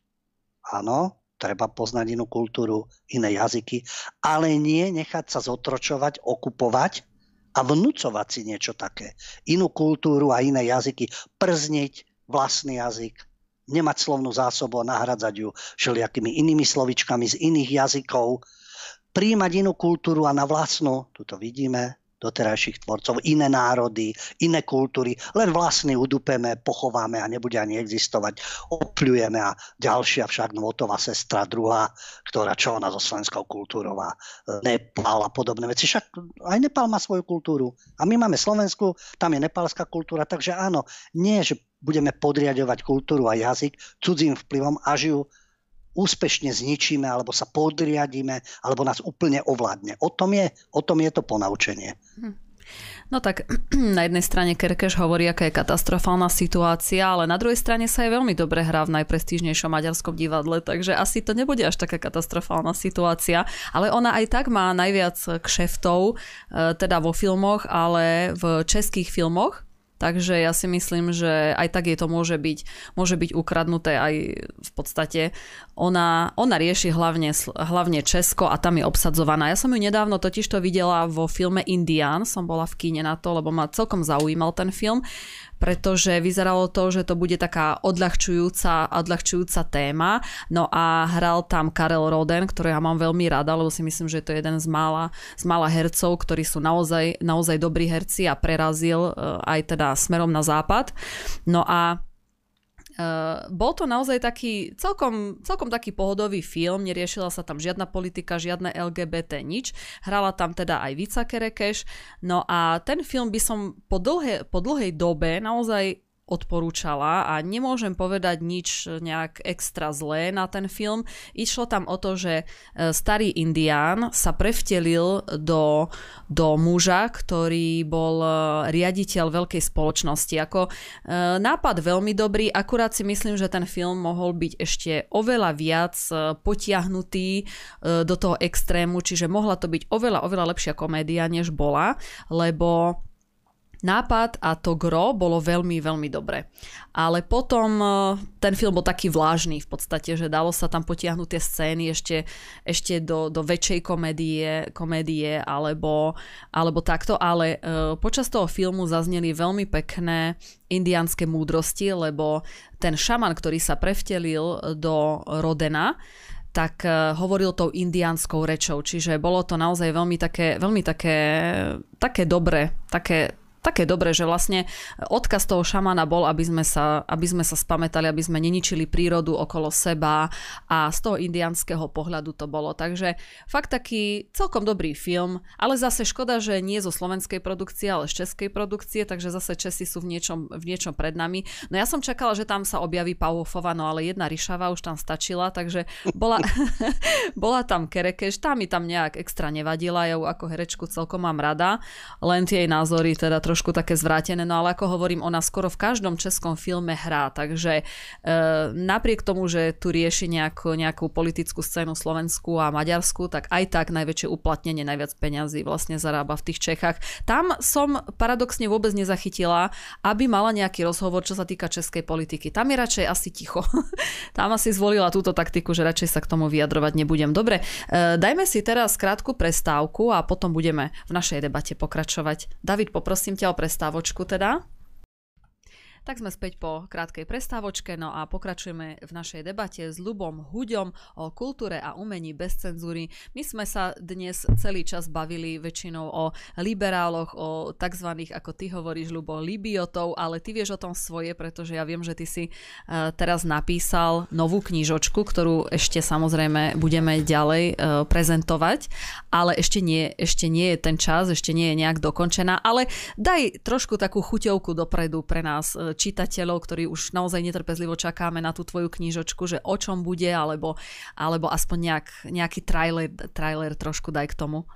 Áno, treba poznať inú kultúru, iné jazyky, ale nie nechať sa zotročovať, okupovať a vnúcovať si niečo také. Inú kultúru a iné jazyky, przniť vlastný jazyk, nemať slovnú zásobu a nahradzať ju všelijakými inými slovičkami z iných jazykov, prijímať inú kultúru a na vlastnú, tu to vidíme, doterajších tvorcov, iné národy, iné kultúry, len vlastný udupeme, pochováme a nebude ani existovať, opľujeme a ďalšia však Nvotová sestra druhá, ktorá čo ona so slovenskou kultúrou a Nepál a podobné veci. Však aj Nepál má svoju kultúru a my máme Slovensku, tam je nepálska kultúra, takže áno, nie, že budeme podriadovať kultúru a jazyk cudzím vplyvom, až ju úspešne zničíme, alebo sa podriadíme, alebo nás úplne ovládne. O tom je, o tom je to ponaučenie. No tak na jednej strane Kerekeš hovorí, aká je katastrofálna situácia, ale na druhej strane sa je veľmi dobre hrá v najprestížnejšom maďarskom divadle, takže asi to nebude až taká katastrofálna situácia, ale ona aj tak má najviac kšeftov, teda vo filmoch, ale v českých filmoch. Takže ja si myslím, že aj tak je to môže byť, môže byť ukradnuté aj v podstate. Ona, ona rieši hlavne, hlavne Česko a tam je obsadzovaná. Ja som ju nedávno totižto videla vo filme Indián, som bola v kíne na to, lebo ma celkom zaujímal ten film, pretože vyzeralo to, že to bude taká odľahčujúca, odľahčujúca téma. No a hral tam Karel Roden, ktorý ja mám veľmi rada, lebo si myslím, že to je jeden z mála, z mála hercov, ktorí sú naozaj, naozaj dobrí herci a prerazil aj teda smerom na západ. No a Uh, bol to naozaj taký celkom, celkom taký pohodový film, neriešila sa tam žiadna politika, žiadne el gé bé té, nič. Hrala tam teda aj Vica Kerekeš. No a ten film by som po, dlhé, po dlhej dobe naozaj odporúčala a nemôžem povedať nič nejak extra zlé na ten film. Išlo tam o to, že starý Indián sa prevtelil do, do muža, ktorý bol riaditeľ veľkej spoločnosti. Ako nápad veľmi dobrý, akurát si myslím, že ten film mohol byť ešte oveľa viac potiahnutý do toho extrému, čiže mohla to byť oveľa, oveľa lepšia komédia, než bola, lebo nápad a to gro bolo veľmi, veľmi dobre. Ale potom ten film bol taký vlážny v podstate, že dalo sa tam potiahnuť tie scény ešte, ešte do, do väčšej komédie, komédie alebo, alebo takto. Ale uh, počas toho filmu zazneli veľmi pekné indiánske múdrosti, lebo ten šaman, ktorý sa prevtelil do Rodena, tak uh, hovoril tou indiánskou rečou. Čiže bolo to naozaj veľmi také, veľmi také, také dobre, také také dobré, že vlastne odkaz toho šamana bol, aby sme sa, aby sme sa spamätali, aby sme neničili prírodu okolo seba a z toho indiánskeho pohľadu to bolo. Takže fakt taký celkom dobrý film, ale zase škoda, že nie zo slovenskej produkcie, ale z českej produkcie, takže zase Česi sú v niečom, v niečom pred nami. No ja som čakala, že tam sa objaví Pavlofova, no ale jedna Ryšava už tam stačila, takže bola, bola tam Kerekeš, tá mi tam nejak extra nevadila, ja ju ako herečku celkom mám rada, len tie jej názory teda trošku také zvrátené, no ale ako hovorím, ona skoro v každom českom filme hrá, takže e, napriek tomu, že tu rieši nejakú, nejakú politickú scénu Slovensku a Maďarsku, tak aj tak najväčšie uplatnenie, najviac peňazí vlastne zarába v tých Čechách. Tam som paradoxne vôbec nezachytila, aby mala nejaký rozhovor, čo sa týka českej politiky. Tam je radšej asi ticho. Tam asi zvolila túto taktiku, že radšej sa k tomu vyjadrovať nebudem. Dobre, e, dajme si teraz krátku prestávku a potom budeme v našej debate pokračovať. David, poprosím ťa o prestávočku teda. Tak sme späť po krátkej prestávočke, no a pokračujeme v našej debate s Ľubom Huďom o kultúre a umení bez cenzúry. My sme sa dnes celý čas bavili väčšinou o liberáloch, o takzvaných, ako ty hovoríš, Ľubo, libiotov, ale ty vieš o tom svoje, pretože ja viem, že ty si uh, teraz napísal novú knižočku, ktorú ešte samozrejme budeme ďalej uh, prezentovať, ale ešte nie, ešte nie je ten čas, ešte nie je nejak dokončená, ale daj trošku takú chuťovku dopredu pre nás, čitateľov, ktorí už naozaj netrpezlivo čakáme na tú tvoju knižočku, že o čom bude, alebo, alebo aspoň nejak, nejaký trailer, trailer trošku daj k tomu.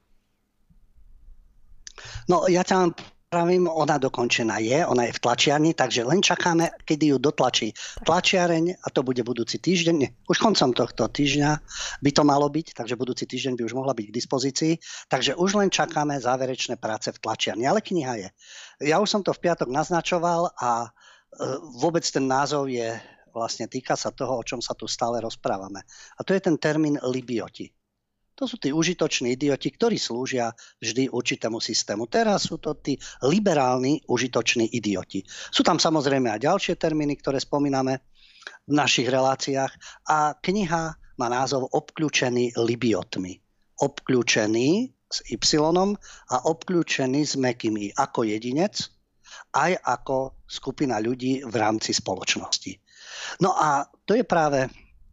No ja ťa pravím, ona dokončená je, ona je v tlačiarni, takže len čakáme, kedy ju dotlačí tlačiareň a to bude budúci týždeň, nie, už koncom tohto týždňa by to malo byť, takže budúci týždeň by už mohla byť k dispozícii, takže už len čakáme záverečné práce v tlačiarni, ale kniha je. Ja už som to v piatok naznačoval a vôbec ten názov je, vlastne týka sa toho, o čom sa tu stále rozprávame. A to je ten termín libioti. To sú tí užitoční idioti, ktorí slúžia vždy určitému systému. Teraz sú to tí liberálni užitoční idioti. Sú tam samozrejme aj ďalšie termíny, ktoré spomíname v našich reláciách. A kniha má názov Obkľúčený libiotmi. Obkľúčený s Y a obkľúčený s mäkkým I ako jedinec, aj ako skupina ľudí v rámci spoločnosti. No a to je práve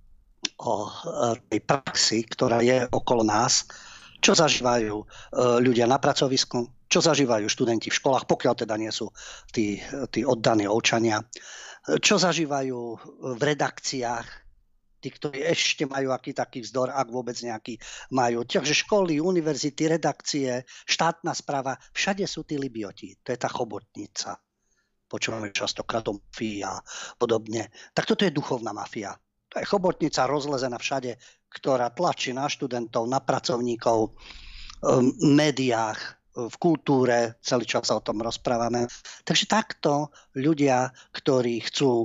o tej praxi, ktorá je okolo nás, čo zažívajú ľudia na pracovisku, čo zažívajú študenti v školách, pokiaľ teda nie sú tí, tí oddaní ovčania, čo zažívajú v redakciách, tí, ktorí ešte majú aký taký vzdor, ak vôbec nejaký majú. Takže školy, univerzity, redakcie, štátna správa, všade sú tí libioti. To je tá chobotnica. Počúvame častokrát o mafii a podobne. Tak toto je duchovná mafia. To je chobotnica rozlezená všade, ktorá tlačí na študentov, na pracovníkov, v médiách, v kultúre, celý čas sa o tom rozprávame. Takže takto ľudia, ktorí chcú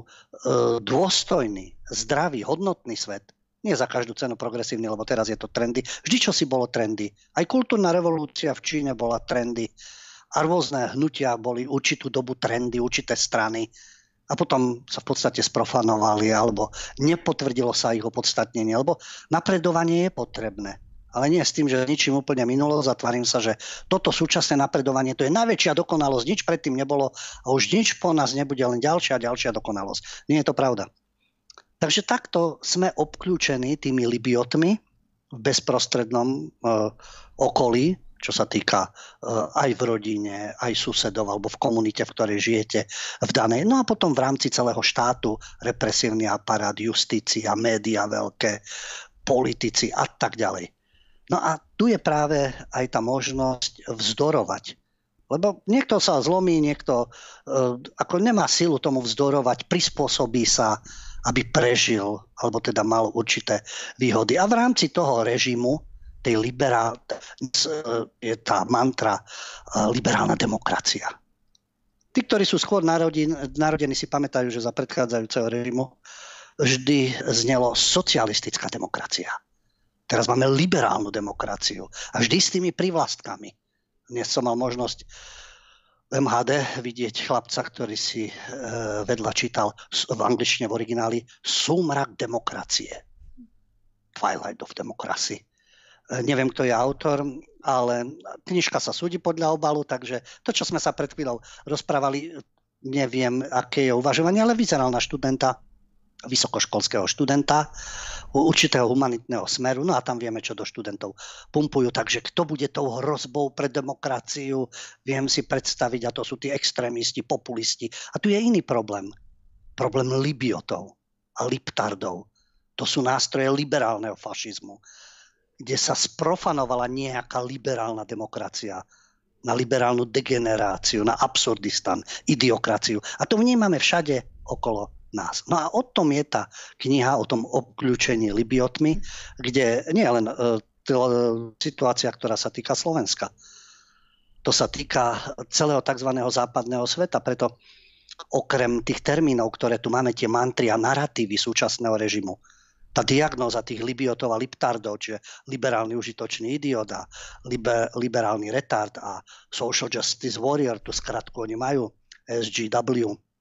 dôstojný, zdravý, hodnotný svet, nie za každú cenu progresívny, lebo teraz je to trendy, vždy čo si bolo trendy. Aj kultúrna revolúcia v Číne bola trendy a rôzne hnutia boli určitú dobu trendy, určité strany. A potom sa v podstate sprofanovali, alebo nepotvrdilo sa ich opodstatnenie, lebo napredovanie je potrebné. Ale nie s tým, že ničím úplne minulo, zatvárim sa, že toto súčasné napredovanie, to je najväčšia dokonalosť, nič predtým nebolo a už nič po nás nebude, len ďalšia a ďalšia dokonalosť. Nie je to pravda. Takže takto sme obklúčení tými libiotmi v bezprostrednom uh, okolí, čo sa týka uh, aj v rodine, aj susedov alebo v komunite, v ktorej žijete v danej. No a potom v rámci celého štátu represívny aparát, justícia, média veľké, politici a tak ďalej. No a tu je práve aj tá možnosť vzdorovať. Lebo niekto sa zlomí, niekto uh, ako nemá silu tomu vzdorovať, prispôsobí sa, aby prežil, alebo teda mal určité výhody. A v rámci toho režimu tej liberál, je tá mantra liberálna demokracia. Tí, ktorí sú skôr narodení, narodení, si pamätajú, že za predchádzajúceho režimu vždy znelo socialistická demokracia. Teraz máme liberálnu demokraciu a vždy s tými privlastkami. Dnes som mal možnosť v em há dé vidieť chlapca, ktorý si vedľa čítal v angličtine v origináli Súmrak demokracie. Twilight of Democracy. Neviem, kto je autor. ale knižka sa súdi podľa obalu, takže to, čo sme sa pred chvíľou rozprávali, neviem, aké je uvažovanie, ale vyzeral na študenta, vysokoškolského študenta, určitého humanitného smeru, no a tam vieme, čo do študentov pumpujú, takže kto bude tou hrozbou pre demokraciu, viem si predstaviť, a to sú tí extrémisti, populisti. A tu je iný problém. Problém libiotov a liptardov. To sú nástroje liberálneho fašizmu, kde sa sprofanovala nejaká liberálna demokracia na liberálnu degeneráciu, na absurdistan, idiokraciu. A to vnímame všade okolo nás. No a o tom je tá kniha, o tom obkľúčení libiotmi, kde nie je len uh, situácia, ktorá sa týka Slovenska. To sa týka celého tzv. Západného sveta, preto okrem tých termínov, ktoré tu máme, tie mantry a naratívy súčasného režimu, tá diagnóza tých libiotov a liptardov, čiže liberálny užitočný idiot a liber, liberálny retard a social justice warrior, tú skratku oni majú, es gé vé,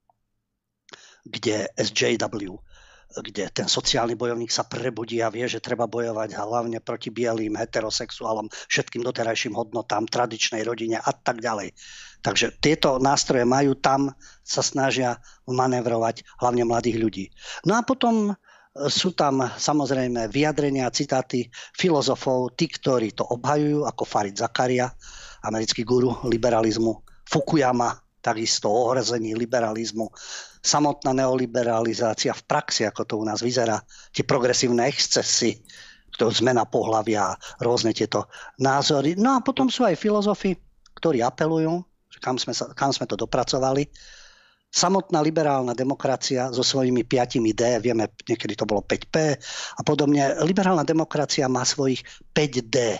kde es jé vé, kde ten sociálny bojovník sa prebudí a vie, že treba bojovať hlavne proti bielým, heterosexuálom, všetkým doterajším hodnotám, tradičnej rodine a tak ďalej. Takže tieto nástroje majú, tam sa snažia manevrovať hlavne mladých ľudí. No a potom sú tam samozrejme vyjadrenia a citáty filozofov, tí, ktorí to obhajujú, ako Farid Zakaria, americký guru liberalizmu, Fukuyama, takisto o ohrození liberalizmu, samotná neoliberalizácia v praxi, ako to u nás vyzerá, tie progresívne excesy, to zmena pohlavia, rôzne tieto názory. No a potom sú aj filozofi, ktorí apelujú, že kam sme, sa, kam sme to dopracovali. Samotná liberálna demokracia so svojimi piatimi D, vieme, niekedy to bolo päť P a podobne. Liberálna demokracia má svojich päť D.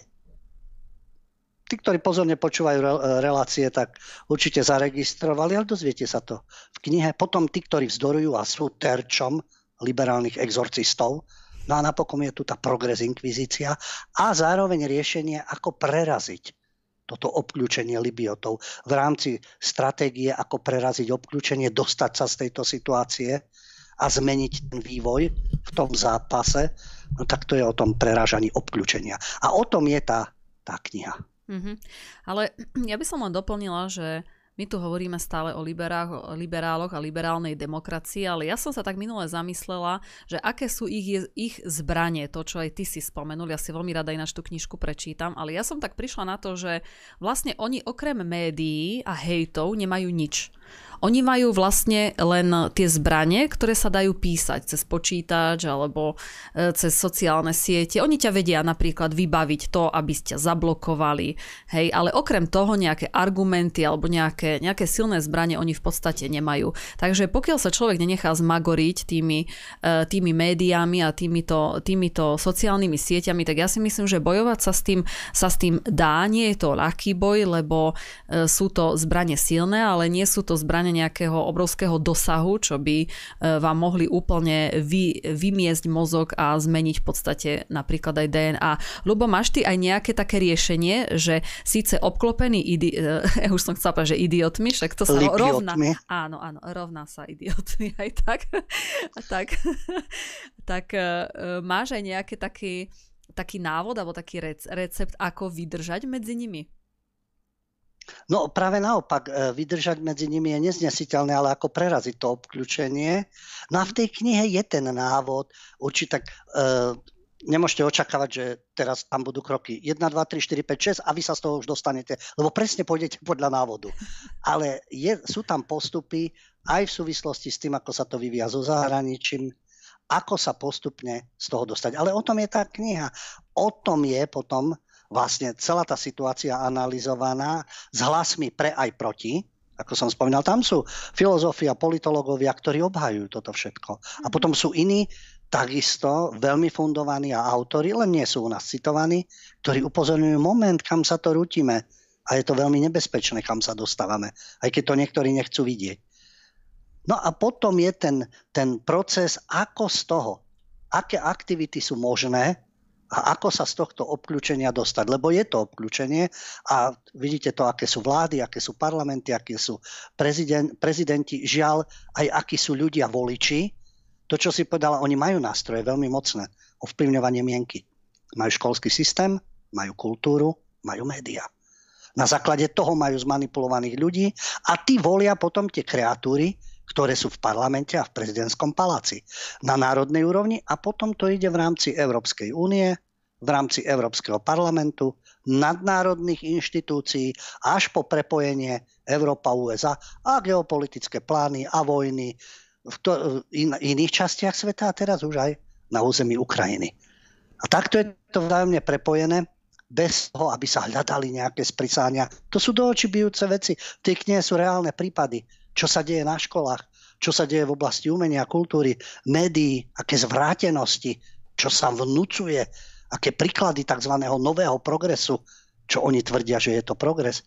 Tí, ktorí pozorne počúvajú relácie, tak určite zaregistrovali, ale dozviete sa to v knihe. Potom tí, ktorí vzdorujú a sú terčom liberálnych exorcistov. No a napokon je tu tá progres inkvizícia a zároveň riešenie, ako preraziť toto obkľúčenie libiotov v rámci stratégie, ako preraziť obkľúčenie, dostať sa z tejto situácie a zmeniť ten vývoj v tom zápase. No tak to je o tom prerážaní obkľúčenia. A o tom je tá, tá kniha. Mm-hmm. Ale ja by som len doplnila, že my tu hovoríme stále o liberáloch, liberáloch a liberálnej demokracii, ale ja som sa tak minule zamyslela, že aké sú ich, ich zbranie, to, čo aj ty si spomenul, ja si veľmi rada ináč tú knižku prečítam, ale ja som tak prišla na to, že vlastne oni okrem médií a hejtov nemajú nič. Oni majú vlastne len tie zbranie, ktoré sa dajú písať cez počítač alebo cez sociálne siete. Oni ťa vedia napríklad vybaviť to, aby ste zablokovali. Hej, ale okrem toho nejaké argumenty alebo nejaké, nejaké silné zbranie oni v podstate nemajú. Takže pokiaľ sa človek nenechá zmagoriť tými, tými médiami a týmito, týmito sociálnymi sieťami, tak ja si myslím, že bojovať sa s tým, sa s tým dá. Nie je to ľahký boj, lebo sú to zbranie silné, ale nie sú to zbranie nejakého obrovského dosahu, čo by vám mohli úplne vy, vymiesť mozog a zmeniť v podstate napríklad aj dé en á. Ľubo, máš ty aj nejaké také riešenie, že síce obklopený idi- ja už som chcela povedať, že idiotmi, však to sa rovná. Áno, áno, rovná sa idiotmi aj tak. tak, tak máš aj nejaký taký, taký návod alebo taký recept, ako vydržať medzi nimi? No práve naopak, vydržať medzi nimi je neznesiteľné, ale ako preraziť to obkľúčenie. No a v tej knihe je ten návod, určite tak e, nemôžete očakávať, že teraz tam budú kroky jeden, dva, tri, štyri, päť, šesť a vy sa z toho už dostanete, lebo presne pôjdete podľa návodu. Ale je, sú tam postupy aj v súvislosti s tým, ako sa to vyvíja so zahraničím, ako sa postupne z toho dostať. Ale o tom je tá kniha. O tom je potom vlastne celá tá situácia analyzovaná s hlasmi pre aj proti. Ako som spomínal, tam sú filozofia, politológovia, ktorí obhajujú toto všetko. A potom sú iní, takisto veľmi fundovaní a autori, len nie sú u nás citovaní, ktorí upozorňujú moment, kam sa to rútime. A je to veľmi nebezpečné, kam sa dostávame. Aj keď to niektorí nechcú vidieť. No a potom je ten, ten proces, ako z toho, aké aktivity sú možné, a ako sa z tohto obkľúčenia dostať, lebo je to obkľúčenie a vidíte to, aké sú vlády, aké sú parlamenty, aké sú prezident, prezidenti, žiaľ, aj akí sú ľudia voliči. To, čo si povedala, oni majú nástroje veľmi mocné, ovplyvňovanie mienky. Majú školský systém, majú kultúru, Majú médiá. Na základe toho majú zmanipulovaných ľudí a tí volia potom tie kreatúry, ktoré sú v parlamente a v prezidentskom paláci na národnej úrovni a potom to ide v rámci Európskej únie, v rámci Európskeho parlamentu, nadnárodných inštitúcií až po prepojenie Európa-ú es á a geopolitické plány a vojny v to, in, iných častiach sveta a teraz už aj na území Ukrajiny. A takto je to vzájomne prepojené bez toho, aby sa hľadali nejaké sprisáňa. To sú do očí bijúce veci. V tej knihe sú reálne prípady. Čo sa deje na školách, čo sa deje v oblasti umenia, kultúry, médií, aké zvrátenosti, čo sa vnúcuje, aké príklady tzv. Nového progresu, čo oni tvrdia, že je to progres.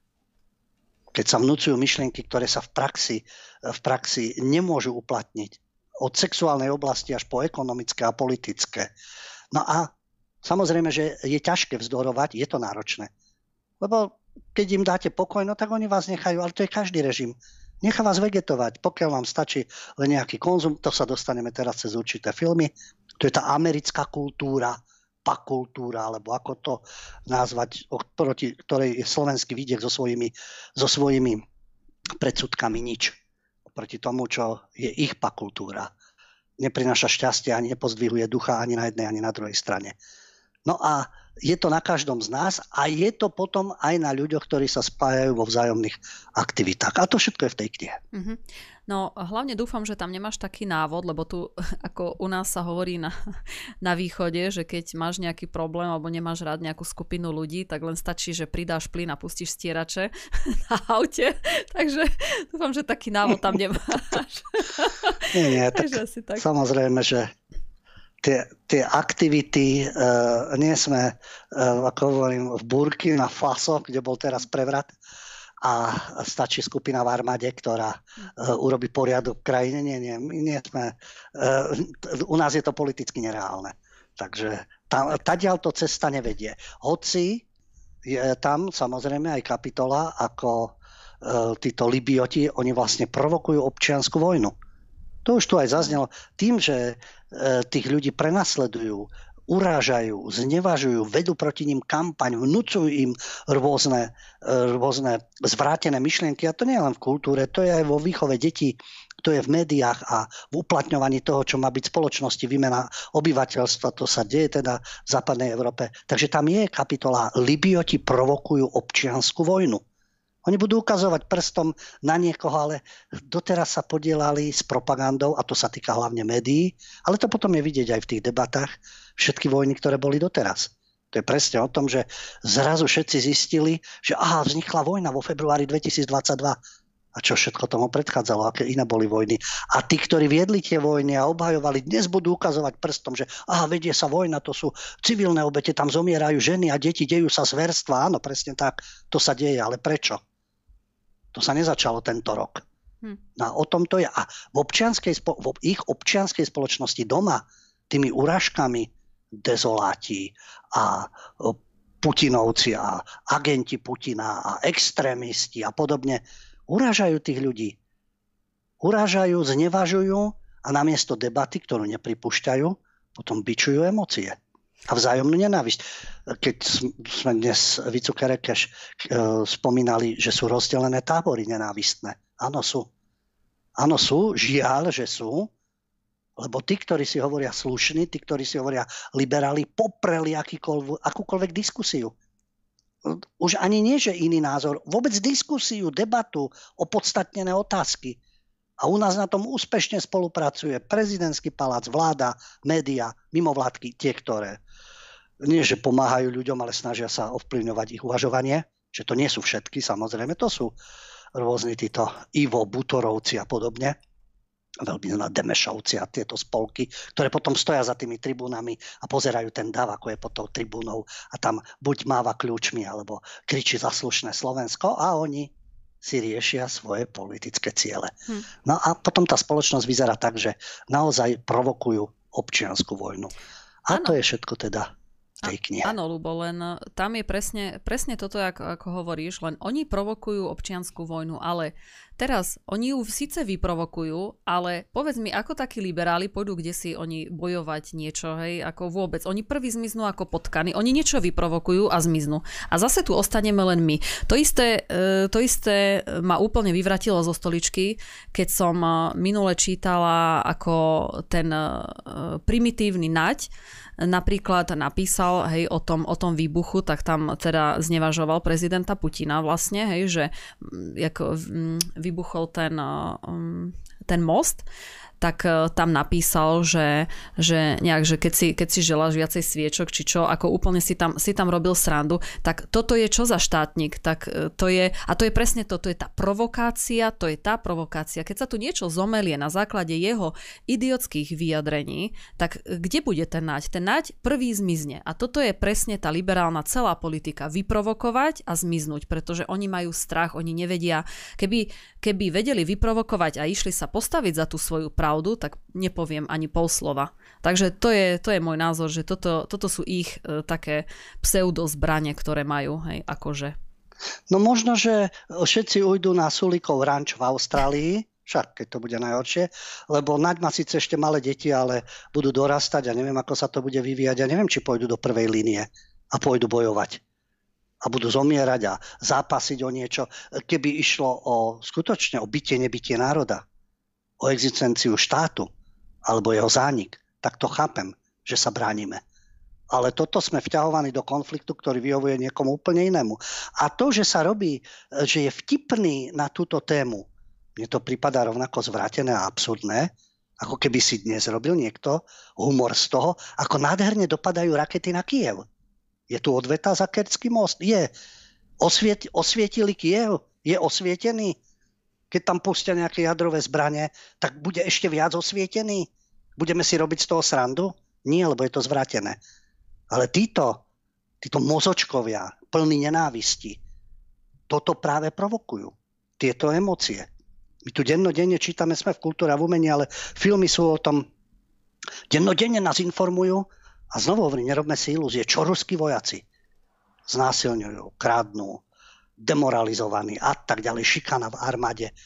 Keď sa vnúcujú myšlienky, ktoré sa v praxi, v praxi nemôžu uplatniť. Od sexuálnej oblasti až po ekonomické a politické. No a samozrejme, že je ťažké vzdorovať, je to náročné. Lebo keď im dáte pokoj, no tak oni vás nechajú, ale to je každý režim. Nechá vás vegetovať, pokiaľ vám stačí len nejaký konzum, to sa dostaneme teraz cez určité filmy. To je tá americká kultúra, pakultúra, alebo ako to nazvať, proti ktorej je slovenský vidiek so svojimi, so svojimi predsudkami nič. Proti tomu, čo je ich pakultúra. Neprináša šťastie ani nepozdvihuje ducha ani na jednej, ani na druhej strane. No a je to na každom z nás a je to potom aj na ľuďoch, ktorí sa spájajú vo vzájomných aktivitách. A to všetko je v tej knihe. Mm-hmm. No hlavne dúfam, že tam nemáš taký návod, lebo tu ako u nás sa hovorí na, na východe, že keď máš nejaký problém alebo nemáš rád nejakú skupinu ľudí, tak len stačí, že pridáš plyn a pustíš stierače na aute. Takže dúfam, že taký návod tam nemáš. Nie, nie, tak, tak samozrejme, že Tie, tie aktivity, uh, nie sme, uh, ako hovorím, v Burkina Faso, kde bol teraz prevrat a stačí skupina v armáde, ktorá uh, urobí poriadok v krajine. Nie, nie, my nie sme, uh, u nás je to politicky nereálne. Takže tam, tadiaľ to cesta nevedie. Hoci je tam samozrejme aj kapitola, ako uh, títo Libioti, oni vlastne provokujú občiansku vojnu. To už tu aj zaznelo. Tým, že tých ľudí prenasledujú, urážajú, znevažujú, vedú proti ním kampaň, vnúcujú im rôzne, rôzne zvrátené myšlienky. A to nie je len v kultúre, to je aj vo výchove detí, to je v médiách a v uplatňovaní toho, čo má byť v spoločnosti, výmena obyvateľstva. To sa deje teda v západnej Európe. Takže tam je kapitola Libioti provokujú občiansku vojnu. Oni budú ukazovať prstom na niekoho, ale doteraz sa podielali s propagandou, a to sa týka hlavne médií, ale to potom je vidieť aj v tých debatách, všetky vojny, ktoré boli doteraz. To je presne o tom, že zrazu všetci zistili, že aha, vznikla vojna vo februári dvetisícdvadsaťdva. A čo všetko tomu predchádzalo, aké iné boli vojny. A tí, ktorí viedli tie vojny a obhajovali, dnes budú ukazovať prstom, že aha, vedie sa vojna, to sú civilné obete, tam zomierajú ženy a deti, dejú sa zverstva. Áno, presne tak, to sa deje, ale prečo? To sa nezačalo tento rok. Hm. No, o tom to je. A v, občianskej, v ich občianskej spoločnosti doma tými urážkami dezoláti a Putinovci a agenti Putina a extrémisti a podobne urážajú tých ľudí. Urážajú, znevažujú a namiesto debaty, ktorú nepripúšťajú, potom bičujú emócie. A vzájomnú nenávisť. Keď sme dnes Vicu Kerekeš spomínali, že sú rozdelené tábory nenávistné. Áno sú. Áno sú, žiaľ, že sú, lebo tí, ktorí si hovoria slušní, tí, ktorí si hovoria liberáli, popreli akúkoľvek diskusiu. Už ani nie, že iný názor, vôbec diskusiu, debatu, opodstatnené otázky. A u nás na tom úspešne spolupracuje prezidentský palác, vláda, média, mimovládky, tie, ktoré nie, že pomáhajú ľuďom, ale snažia sa ovplyvňovať ich uvažovanie. Že to nie sú všetky, samozrejme, to sú rôzni títo Ivo Butorovci a podobne. Veľmi na Demešovci a tieto spolky, ktoré potom stoja za tými tribúnami a pozerajú ten dav, ako je pod tou tribúnou a tam buď máva kľúčmi, alebo kričí za slušné Slovensko a oni si riešia svoje politické ciele. Hm. No a potom tá spoločnosť vyzerá tak, že naozaj provokujú občiansku vojnu. A ano. To je všetko teda v tej knihe. Áno, Ľubo, len tam je presne, presne toto, ako, ako hovoríš, len oni provokujú občiansku vojnu, ale Teraz oni ju síce vyprovokujú, ale povedz mi, ako takí liberáli pôjdu kde si oni bojovať niečo, hej, ako vôbec. Oni prví zmiznú ako potkany, oni niečo vyprovokujú a zmiznú. A zase tu ostaneme len my. To isté, to isté ma úplne vyvratilo zo stoličky, keď som minule čítala, ako ten primitívny Naď napríklad napísal, hej, o tom, o tom výbuchu, tak tam teda znevažoval prezidenta Putina vlastne, hej, že ako vybuchol ten, ten most, tak tam napísal, že, že nejak, že keď si, keď si želáš viacej sviečok, či čo, ako úplne si tam, si tam robil srandu, tak toto je čo za štátnik, tak to je, a to je presne to, to je tá provokácia, to je tá provokácia. Keď sa tu niečo zomelie na základe jeho idiotských vyjadrení, tak kde bude ten Naď? Ten Naď prvý zmizne. A toto je presne tá liberálna celá politika, vyprovokovať a zmiznúť, pretože oni majú strach, oni nevedia, keby, keby vedeli vyprovokovať a išli sa postaviť za tú svoju pravdu, tak nepoviem ani pol slova. Takže to je, to je môj názor, že toto, toto sú ich e, také pseudozbranie, ktoré majú, hej, akože. No možno, že všetci ujdú na Sulikov ranč v Austrálii, však keď to bude najhoršie, lebo Naď má síce ešte malé deti, ale budú dorastať a neviem, ako sa to bude vyvíjať. Ja neviem, či pôjdu do prvej línie a pôjdu bojovať. A budú zomierať a zápasiť o niečo. Keby išlo o skutočne o bytie, nebytie národa, o existenciu štátu alebo jeho zánik, tak to chápem, že sa bránime. Ale toto sme vťahovaní do konfliktu, ktorý vyhovuje niekomu úplne inému. A to, že sa robí, že je vtipný na túto tému, mne to prípada rovnako zvrátené a absurdné, ako keby si dnes robil niekto humor z toho, ako nádherne dopadajú rakety na Kyjev. Je tu odveta za Kerčský most? Je. Osviet, osvietili Kyjev? Je osvietený? Keď tam pustia nejaké jadrové zbranie, tak bude ešte viac osvietený? Budeme si robiť z toho srandu? Nie, lebo je to zvrátené. Ale títo, títo mozočkovia, plní nenávisti, toto práve provokujú. Tieto emócie. My tu dennodenne čítame, sme v kultúre a v umení, ale filmy sú o tom, dennodenne nás informujú a znovu hovorím, nerobme si ilúzie, čo ruskí vojaci znásilňujú, krádnu, demoralizovaní a tak ďalej, šikana v armáde.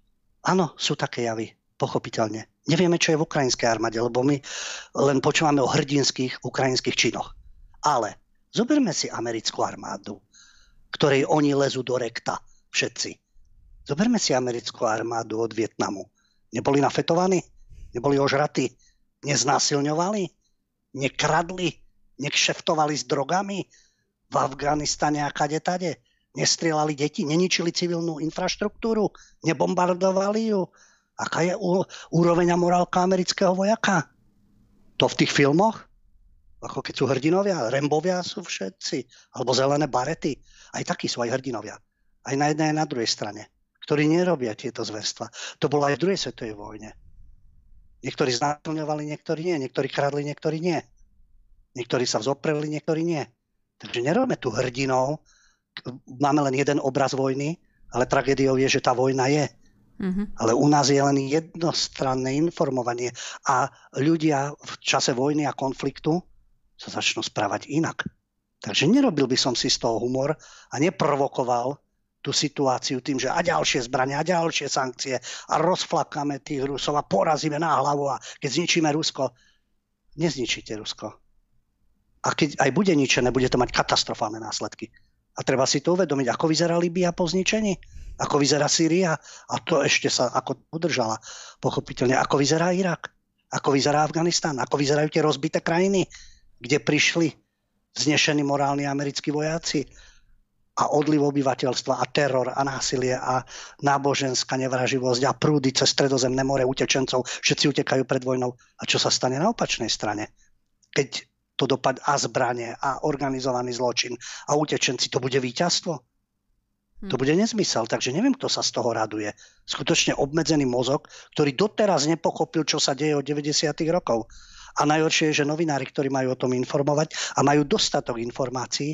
Áno, sú také javy, pochopiteľne. Nevieme, čo je v ukrajinskej armáde, lebo my len počúvame o hrdinských ukrajinských činoch. Ale zoberme si americkú armádu, ktorej oni lezú do rekta, všetci. Zoberme si americkú armádu od Vietnamu. Neboli nafetovaní? Neboli ožratí? Neznásilňovali? Nekradli? Nekšeftovali s drogami? V Afganistane a kade tade? Nestrieľali deti, neničili civilnú infraštruktúru, nebombardovali ju. Aká je úroveň a morálka amerického vojaka? To v tých filmoch? Ako keď sú hrdinovia, Rambovia sú všetci, alebo zelené barety. Aj takí sú aj hrdinovia. Aj na jednej, aj na druhej strane, ktorí nerobia tieto zverstva. To bolo aj v druhej svetovej vojne. Niektorí znásilňovali, niektorí nie. Niektorí kradli, niektorí nie. Niektorí sa vzopreli, niektorí nie. Takže nerobme tu hrdinov. Máme len jeden obraz vojny, ale tragédiou je, že tá vojna je. Mm-hmm. Ale u nás je len jednostranné informovanie a ľudia v čase vojny a konfliktu sa začnú správať inak. Takže nerobil by som si z toho humor a neprovokoval tú situáciu tým, že a ďalšie zbrania, a ďalšie sankcie a rozflakáme tých Rusov a porazíme na hlavu a keď zničíme Rusko, nezničíte Rusko. A keď aj bude ničené, bude to mať katastrofálne následky. A treba si to uvedomiť, ako vyzerá Líbia po zničení, ako vyzerá Sýria a to ešte sa ako udržala. Pochopiteľne, ako vyzerá Irak, ako vyzerá Afganistán, ako vyzerajú tie rozbité krajiny, kde prišli vznešení morálni americkí vojaci a odliv obyvateľstva a teror a násilie a náboženská nevraživosť a prúdy cez Stredozemné more utečencov. Všetci utekajú pred vojnou. A čo sa stane na opačnej strane? Keď to dopad a zbranie a organizovaný zločin a utečenci, to bude víťazstvo? Hm. To bude nezmysel, takže neviem, kto sa z toho raduje. Skutočne obmedzený mozog, ktorý doteraz nepochopil, čo sa deje od deväťdesiatych rokov. A najhoršie je, že novinári, ktorí majú o tom informovať a majú dostatok informácií,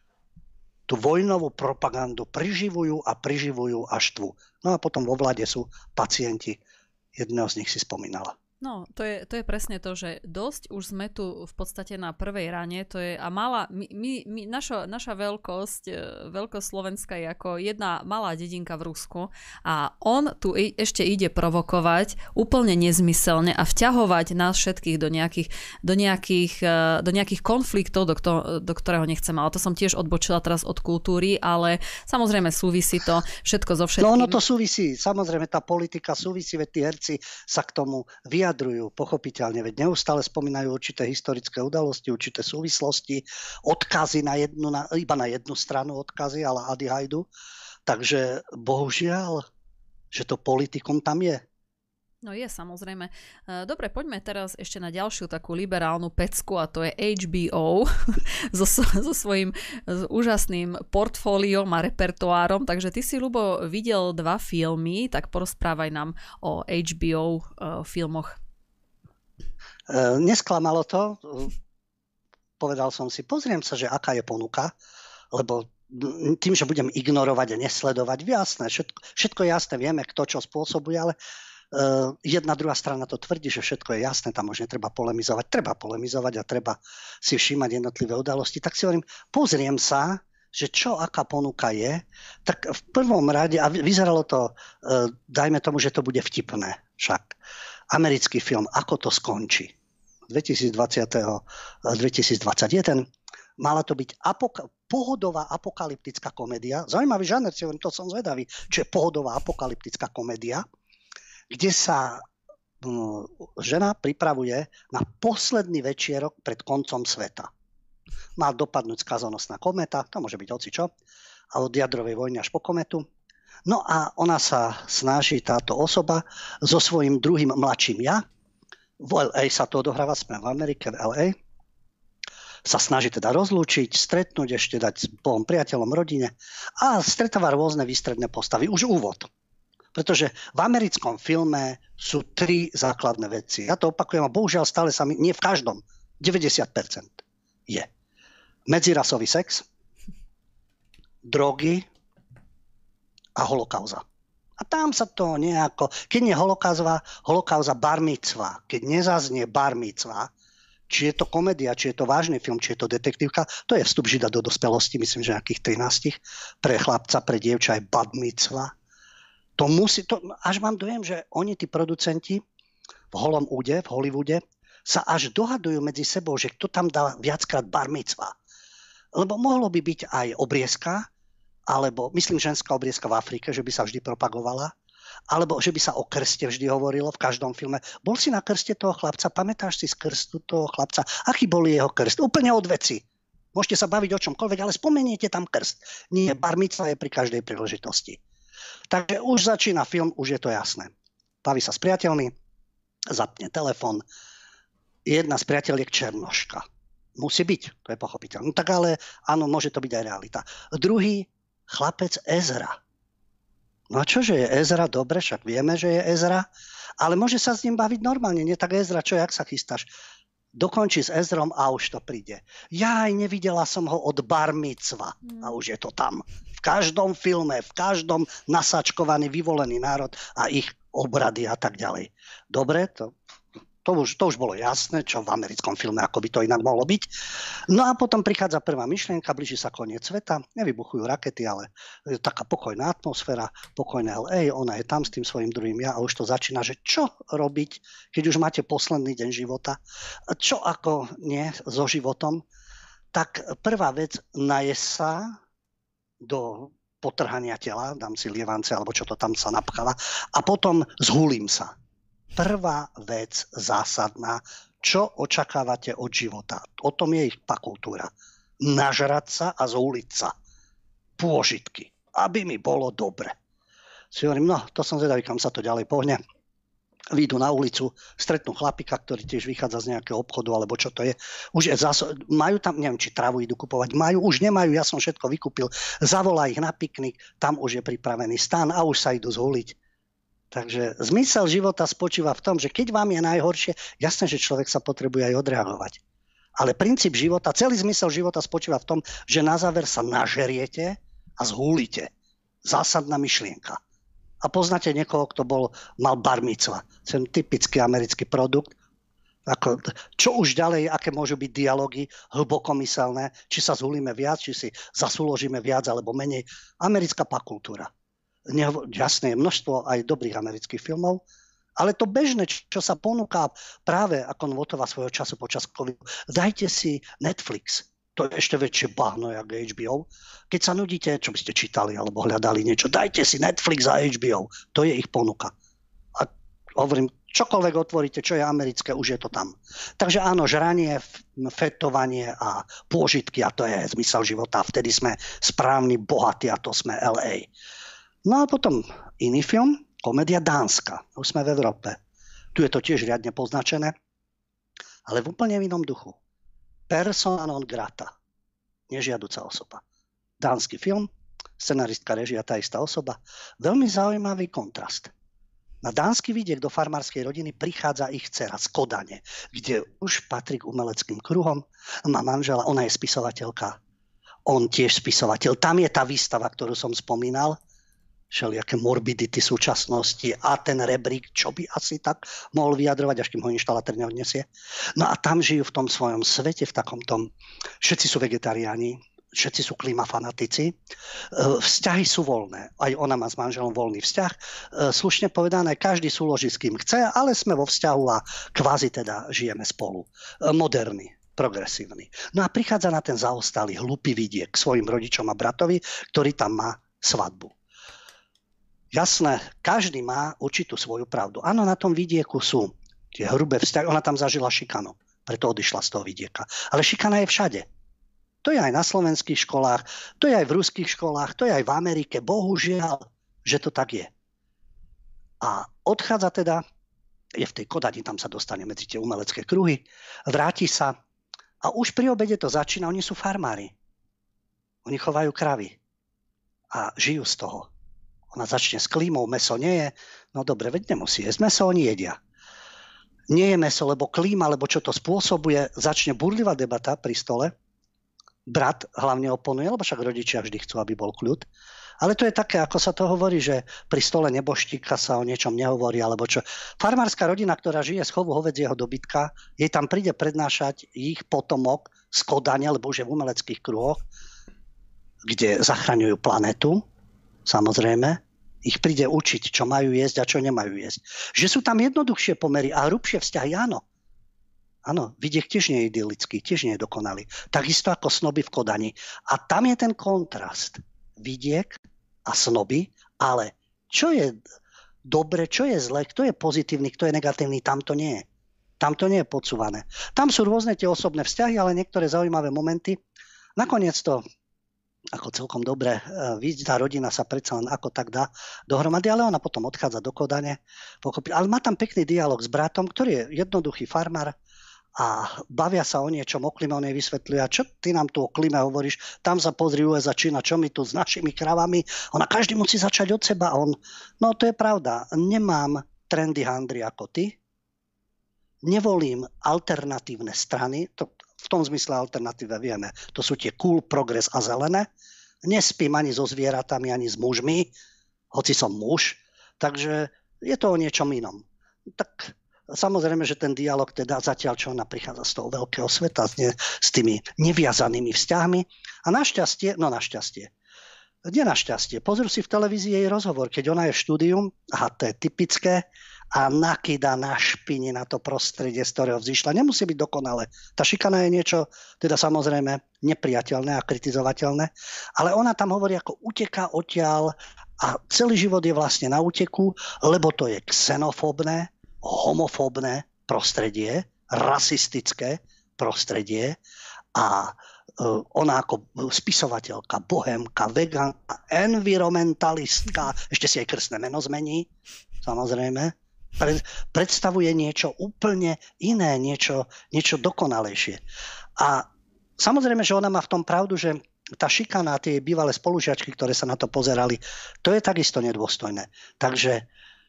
tú vojnovú propagandu priživujú a priživujú a štvú. No a potom vo vláde sú pacienti. Jedného z nich si spomínala. No, to je, to je presne to, že dosť už sme tu v podstate na prvej rane, to je a malá, my, my, my, naša, naša veľkosť, veľkosť Slovenska je ako jedna malá dedinka v Rusku a on tu i, ešte ide provokovať úplne nezmyselne a vťahovať nás všetkých do nejakých, do nejakých, do nejakých konfliktov, do, kto, do ktorého nechcem. Ale to som tiež odbočila teraz od kultúry, ale samozrejme súvisí to všetko so všetkým. No ono to súvisí, samozrejme tá politika súvisí, veď tí herci sa k tomu vyjadrujú. vyjadrujú, pochopiteľne, veď neustále spomínajú určité historické udalosti, určité súvislosti, odkazy na jednu, na, iba na jednu stranu odkazy, ale ady hajdu. Takže bohužiaľ, že to politikum tam je. No je, samozrejme. Dobre, poďme teraz ešte na ďalšiu takú liberálnu pecku a to je há bé ó so, so svojím úžasným portfóliom a repertoárom. Takže ty si, Ľubo, videl dva filmy, tak porozprávaj nám o há bé ó uh, filmoch. Nesklamalo to. Povedal som si, pozriem sa, že aká je ponuka, lebo tým, že budem ignorovať a nesledovať, jasné, všetko, všetko jasné, vieme, kto čo spôsobuje, ale Uh, jedna druhá strana to tvrdí, že všetko je jasné, tam už netreba polemizovať. Treba polemizovať a treba si všímať jednotlivé udalosti. Tak si hovorím, pozriem sa, že čo, aká ponuka je. Tak v prvom rade, a vyzeralo to, uh, dajme tomu, že to bude vtipné však. Americký film, ako to skončí. dvetisícdvadsať, dvetisícdvadsaťjeden mala to byť apok- pohodová apokalyptická komédia. Zaujímavý žáner, si hovorím, to som zvedavý, čo je pohodová apokalyptická komédia, kde sa um, žena pripravuje na posledný večierok pred koncom sveta. Má dopadnúť skazonosná kometa, to môže byť hocičo, a od jadrovej vojny až po kometu. No a ona sa snaží, táto osoba, so svojím druhým mladším ja, v el ej sa to odohráva, sme v Amerike, v el ej, sa snaží teda rozlúčiť, stretnúť, ešte dať s Bohom priateľom, rodine a stretáva rôzne výstredné postavy. Už úvod. Pretože v americkom filme sú tri základné veci. Ja to opakujem a bohužiaľ stále sa mi, nie v každom, deväťdesiat percent je medzirasový sex, drogy a holokauza. A tam sa to nejako, keď nie holokauza, holokauza bar micva, keď nezaznie bar micva, či je to komédia, či je to vážny film, či je to detektívka, to je vstup žida do dospelosti, myslím, že nejakých trinásť. Pre chlapca, pre dievča je bar micva. To musí, to, až mám dojem, že oni, tí producenti v holom úde, v Hollywoode, sa až dohadujú medzi sebou, že kto tam dá viackrát bar micva. Lebo mohlo by byť aj obriezka, alebo myslím ženská obriezka v Afrike, že by sa vždy propagovala, alebo že by sa o krste vždy hovorilo v každom filme. Bol si na krste toho chlapca, pamätáš si z krstu toho chlapca? Aký bol jeho krst? Úplne od veci. Môžete sa baviť o čomkoľvek, ale spomeniete tam krst. Nie, bar micva je pri každej príležitosti. Takže už začína film, už je to jasné. Baví sa s priateľmi, zapne telefon. Jedna z priateľiek černoška. Musí byť, to je pochopiteľné. No tak ale áno, môže to byť aj realita. Druhý, chlapec Ezra. No a čože je Ezra? Dobre, však vieme, že je Ezra, ale môže sa s ním baviť normálne. Nie tak Ezra, čo, jak sa chystáš? Dokončí s Ezrom a už to príde. Ja aj nevidela som ho od bar micva a už je to tam. V každom filme, v každom nasačkovaný, vyvolený národ a ich obrady a tak ďalej. Dobre, to, to, už, to už bolo jasné, čo v americkom filme, ako by to inak mohlo byť. No a potom prichádza prvá myšlienka, blíži sa koniec sveta, nevybuchujú rakety, ale je taká pokojná atmosféra, pokojné el ej, ona je tam s tým svojím druhým ja a už to začína, že čo robiť, keď už máte posledný deň života, čo ako nie so životom, tak prvá vec, najesť sa do potrhania tela, dám si lievance, alebo čo to tam sa napcháva, a potom zhulím sa. Prvá vec zásadná, čo očakávate od života. O tom je ich kultúra. Nažrať sa a zhuliť sa. Pôžitky. Aby mi bolo dobre. Si hovorím, no, to som zvedavý, kam sa to ďalej pohne. Výjdu na ulicu, stretnú chlapika, ktorý tiež vychádza z nejakého obchodu, alebo čo to je. Už je záso- majú tam, neviem, či travu idú kupovať. Majú, už nemajú, ja som všetko vykúpil. Zavolá ich na piknik, tam už je pripravený stan a už sa idú zhuliť. Takže zmysel života spočíva v tom, že keď vám je najhoršie, jasné, že človek sa potrebuje aj odreagovať. Ale princíp života, celý zmysel života spočíva v tom, že na záver sa nažeriete a zhúlite. Zásadná myšlienka. A poznáte niekoho, kto bol, mal bar mitzva. Ten typický americký produkt. Ako, čo už ďalej, aké môžu byť dialógy hlbokomyselné, či sa zhulíme viac, či si zasúložíme viac alebo menej. Americká pakultúra. Jasné, je množstvo aj dobrých amerických filmov, ale to bežné, čo sa ponúka práve ako Nvotová svojho času počas covidu. Dajte si Netflix. To je ešte väčšie bahno, jak há bé ó. Keď sa nudíte, čo by ste čítali alebo hľadali niečo, dajte si Netflix a há bé ó. To je ich ponuka. A hovorím, čokoľvek otvoríte, čo je americké, už je to tam. Takže áno, žranie, fetovanie a pôžitky, a to je zmysel života. Vtedy sme správni, bohatí a to sme el ej. No a potom iný film, komédia dánska. Už sme v Európe. Tu je to tiež riadne poznačené, ale v úplne inom duchu. Persona non grata. Nežiaduca osoba. Dánsky film, scenaristka, režia, tá istá osoba. Veľmi zaujímavý kontrast. Na dánsky vidiek do farmárskej rodiny prichádza ich dcera z Kodane, kde už patrí k umeleckým kruhom. Má manžela, ona je spisovateľka. On tiež spisovateľ. Tam je tá výstava, ktorú som spomínal. Všelijaké morbidity súčasnosti a ten rebrík, čo by asi tak mohol vyjadrovať, až kým ho inštalatér neodnesie. No a tam žijú v tom svojom svete, v takom tom, všetci sú vegetariáni, všetci sú klimafanatici, vzťahy sú voľné, aj ona má s manželom voľný vzťah, slušne povedané, každý súloží s kým chce, ale sme vo vzťahu a kvázi teda žijeme spolu. Moderný, progresívny. No a prichádza na ten zaostalý, hlupý vidiek k svojim rodičom a bratovi, ktorý tam má svadbu. Jasné, každý má určitú svoju pravdu. Áno, na tom vidieku sú tie hrubé vzťahy. Ona tam zažila šikanu, preto odišla z toho vidieka. Ale šikana je všade. To je aj na slovenských školách, to je aj v ruských školách, to je aj v Amerike. Bohužiaľ, že to tak je. A odchádza teda, je v tej Kodani, tam sa dostane medzi tie umelecké kruhy, vráti sa a už pri obede to začína. Oni sú farmári. Oni chovajú kravy a žijú z toho. Ona začne s klímou, mäso nie je. No dobre, veď nemusí jesť mäso, oni jedia. Nie je mäso, lebo klíma, lebo čo to spôsobuje, začne burlivá debata pri stole. Brat hlavne oponuje, lebo však rodičia vždy chcú, aby bol kľud. Ale to je také, ako sa to hovorí, že pri stole neboštíka sa o niečom nehovorí, alebo čo. Farmárska rodina, ktorá žije z chovu hovedzieho dobytka, jej tam príde prednášať ich potomok z Kodane, lebo už je v umeleckých kruhoch, kde zachraňujú planetu. Samozrejme, ich príde učiť, čo majú jesť a čo nemajú jesť. Že sú tam jednoduchšie pomery a hrubšie vzťahy, áno. Áno, vidiek tiež nie je idylický, tiež nie je dokonalý. Takisto ako snoby v Kodani. A tam je ten kontrast. Vidiek a snoby, ale čo je dobre, čo je zle, kto je pozitívny, kto je negatívny, tam to nie je. Tam to nie je podsúvané. Tam sú rôzne tie osobné vzťahy, ale niektoré zaujímavé momenty. Nakoniec to ako celkom dobre, tá rodina sa predsa len ako tak dá dohromady, ale ona potom odchádza do Kodane. Ale má tam pekný dialog s bratom, ktorý je jednoduchý farmár a bavia sa o niečom, o klíme, on jej vysvetľuje, a čo ty nám tu o klíme hovoríš, tam sa pozri ú es á, Čína, čo my tu s našimi kravami, ona každý musí začať od seba a on, no to je pravda, nemám trendy handry ako ty, nevolím alternatívne strany, to v tom zmysle alternatíve vieme. To sú tie cool, progres a zelené. Nespím ani so zvieratami, ani s mužmi, hoci som muž. Takže je to o niečom inom. Tak samozrejme, že ten dialog teda zatiaľ, čo ona prichádza z toho veľkého sveta, s, ne, s tými neviazanými vzťahmi. A našťastie, no našťastie, nie našťastie, pozrú si v televízii jej rozhovor, keď ona je v štúdiu, aha, to je typické, a nakýda na špini na to prostredie, z ktorého vzýšla. Nemusí byť dokonalé. Tá šikana je niečo, teda samozrejme, nepriateľné a kritizovateľné, ale ona tam hovorí, ako uteká odtiaľ a celý život je vlastne na úteku, lebo to je xenofóbne, homofóbne prostredie, rasistické prostredie a ona ako spisovateľka, bohémka, vegánka, environmentalistka, ešte si aj krstné meno zmení, samozrejme, predstavuje niečo úplne iné, niečo, niečo dokonalejšie. A samozrejme, že ona má v tom pravdu, že tá šikana, tie bývalé spolužiačky, ktoré sa na to pozerali, to je takisto nedôstojné. Takže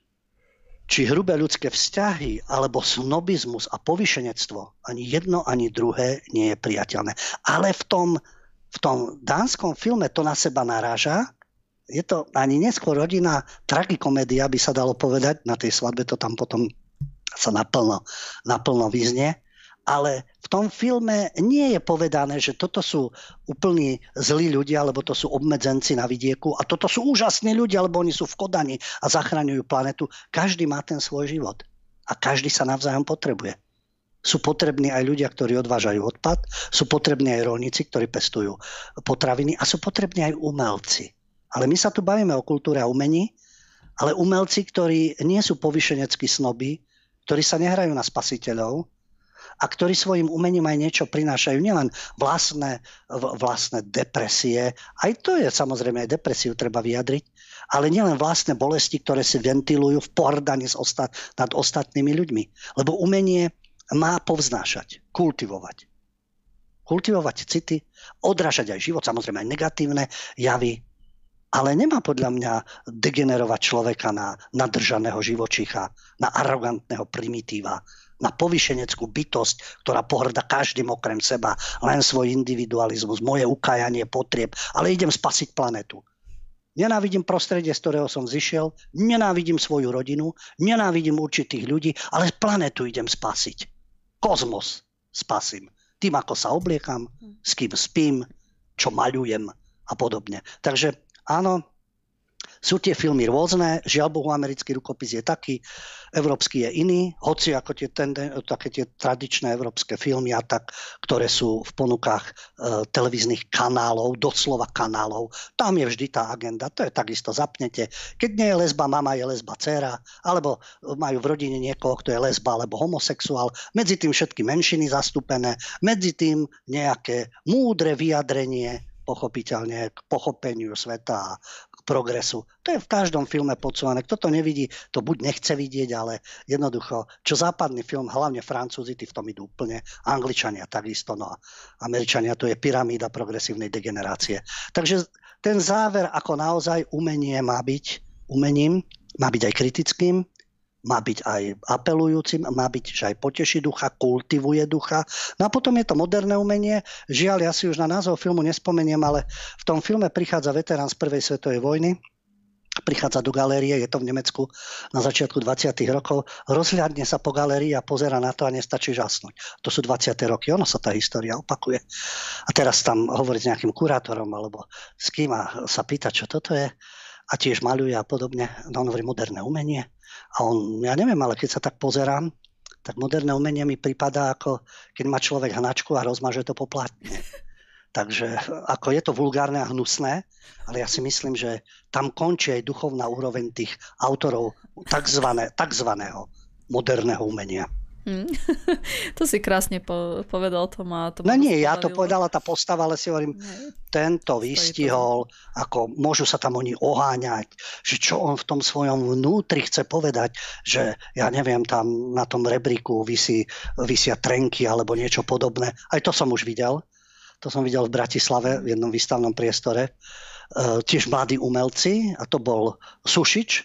či hrubé ľudské vzťahy, alebo snobizmus a povyšenectvo, ani jedno, ani druhé nie je priateľné. Ale v tom, v tom dánskom filme to na seba naráža Je to ani neskôr rodinná tragikomédia, by sa dalo povedať. Na tej svadbe to tam potom sa naplno, naplno vyznie. Ale v tom filme nie je povedané, že toto sú úplní zlí ľudia, alebo to sú obmedzenci na vidieku a toto sú úžasní ľudia, lebo oni sú v Kodani a zachraňujú planetu. Každý má ten svoj život a každý sa navzájom potrebuje. Sú potrební aj ľudia, ktorí odvážajú odpad, sú potrební aj roľníci, ktorí pestujú potraviny a sú potrební aj umelci. Ale my sa tu bavíme o kultúre a umení, ale umelci, ktorí nie sú povyšeneckí snoby, ktorí sa nehrajú na spasiteľov, a ktorí svojim umením aj niečo prinášajú, nielen vlastné, vlastné depresie, aj to je samozrejme, aj depresiu treba vyjadriť, ale nielen vlastné bolesti, ktoré si ventilujú v pohrdaní ostat, nad ostatnými ľuďmi. Lebo umenie má povznášať, kultivovať. Kultivovať city, odrážať aj život, samozrejme aj negatívne javy, ale nemá podľa mňa degenerovať človeka na nadržaného živočícha, na arogantného primitíva, na povyšeneckú bytosť, ktorá pohŕda každým okrem seba, len svoj individualizmus, moje ukájanie potrieb, ale idem spasiť planetu. Nenávidím prostredie, z ktorého som zišiel, nenávidím svoju rodinu, nenávidím určitých ľudí, ale planetu idem spasiť. Kozmos spasím. Tým, ako sa obliekam, s kým spím, čo maľujem a podobne. Takže áno, sú tie filmy rôzne, žiaľ Bohu, americký rukopis je taký, európsky je iný, hoci ako tie, tende, také tie tradičné európske filmy a tak, ktoré sú v ponukách e, televíznych kanálov, doslova kanálov, tam je vždy tá agenda, to je takisto, zapnete, keď nie je lesba mama, je lesba dcéra, alebo majú v rodine niekoho, kto je lesba alebo homosexuál, medzi tým všetky menšiny zastúpené, medzi tým nejaké múdre vyjadrenie, pochopiteľne k pochopeniu sveta a k progresu. To je v každom filme podsúvané. Kto to nevidí, to buď nechce vidieť, ale jednoducho, čo západný film, hlavne Francúzi, tí v tom idú úplne, Angličania takisto, no a Američania, to je pyramída progresívnej degenerácie. Takže ten záver, ako naozaj umenie má byť umením, má byť aj kritickým, má byť aj apelujúcim, má byť, že aj poteší ducha, kultivuje ducha. No a potom je to moderné umenie. Žiaľ, ja si už na názov filmu nespomeniem, ale v tom filme prichádza veterán z prvej svetovej vojny, prichádza do galérie, je to v Nemecku na začiatku dvadsiatych rokov, rozhľadne sa po galérii a pozera na to a nestačí žasnúť. To sú dvadsiate roky, ono sa tá história opakuje. A teraz tam hovorí s nejakým kurátorom alebo s kým a sa pýta, čo toto je. A tiež maľuje a podobne. No on hovorí moderné umenie. A on, ja neviem, ale keď sa tak pozerám, tak moderné umenie mi pripadá ako keď má človek hnačku a rozmaže to po plátne. Takže ako je to vulgárne a hnusné, ale ja si myslím, že tam končí aj duchovná úroveň tých autorov takzvané, takzvaného moderného umenia. Hmm. To si krásne po- povedal, to ma to No nie, ja to povedala tá postava, ale si hovorím, nie. Tento vystihol, ako môžu sa tam oni oháňať, že čo on v tom svojom vnútri chce povedať, že ja neviem, tam na tom rebríku visí, visia trenky alebo niečo podobné. Aj to som už videl. To som videl v Bratislave v jednom výstavnom priestore. E, tiež mladí umelci, a to bol Sušič,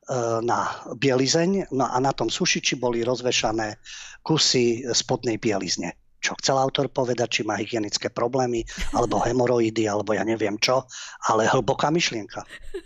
na bielizeň, no a na tom sušiči boli rozvešané kusy spodnej bielizne. Čo chcel autor povedať, či má hygienické problémy, alebo hemoroidy, alebo ja neviem čo, ale hlboká myšlienka.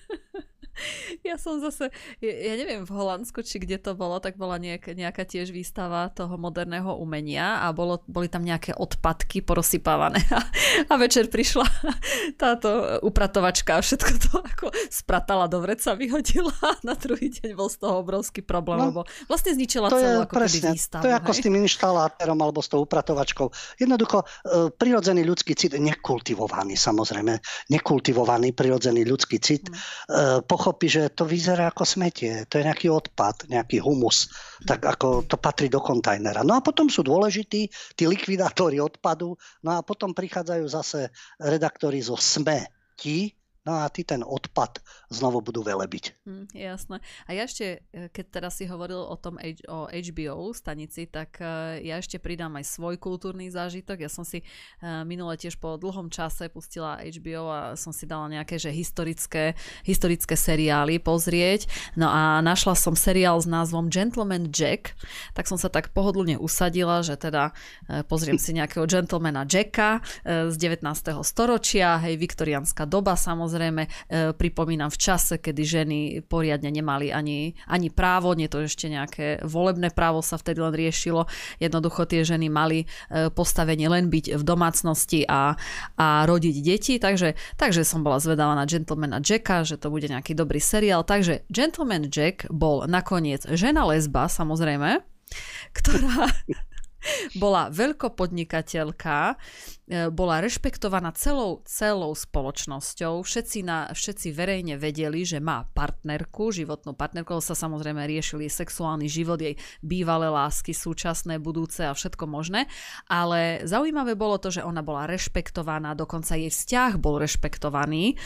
Ja som zase, ja neviem, v Holandsku, či kde to bolo, tak bola nejak, nejaká tiež výstava toho moderného umenia a bolo, boli tam nejaké odpadky porozsypávané a, a večer prišla táto upratovačka a všetko to ako spratala do vreca, vyhodila a na druhý deň bol z toho obrovský problém, no, lebo vlastne zničila celú ako keby výstavu. To je ako hej? S tým inštalátorom alebo s tou upratovačkou. Jednoducho, prirodzený ľudský cit, nekultivovaný samozrejme, nekultivovaný prirodzený ľudský cit, hmm. pochopí, že to vyzerá ako smetie, to je nejaký odpad, nejaký humus, tak ako to patrí do kontajnera. No a potom sú dôležití tí likvidátori odpadu, no a potom prichádzajú zase redaktori zo SME-ti, no a ty ten odpad znovu budú velebiť. Mm, jasné. A ja ešte, keď teraz si hovoril o tom H- o há bé ó stanici, tak uh, ja ešte pridám aj svoj kultúrny zážitok. Ja som si uh, minule tiež po dlhom čase pustila há bé ó a som si dala nejaké že historické, historické seriály pozrieť. No a našla som seriál s názvom Gentleman Jack, tak som sa tak pohodlne usadila, že teda uh, pozriem si nejakého gentlemana Jacka uh, z devätnásteho storočia, hej, viktoriánska doba samozrejme, samozrejme e, pripomínam v čase, kedy ženy poriadne nemali ani, ani právo, nie to ešte nejaké volebné právo sa vtedy len riešilo. Jednoducho tie ženy mali e, postavenie len byť v domácnosti a, a rodiť deti, takže, takže som bola zvedavá na Gentlemana Jacka, že to bude nejaký dobrý seriál. Takže Gentleman Jack bol nakoniec žena lesba, samozrejme, ktorá bola veľkopodnikateľka, bola rešpektovaná celou, celou spoločnosťou. Všetci, na, všetci verejne vedeli, že má partnerku, životnú partnerku, sa samozrejme riešili sexuálny život, jej bývalé lásky, súčasné, budúce a všetko možné. Ale zaujímavé bolo to, že ona bola rešpektovaná, dokonca jej vzťah bol rešpektovaný.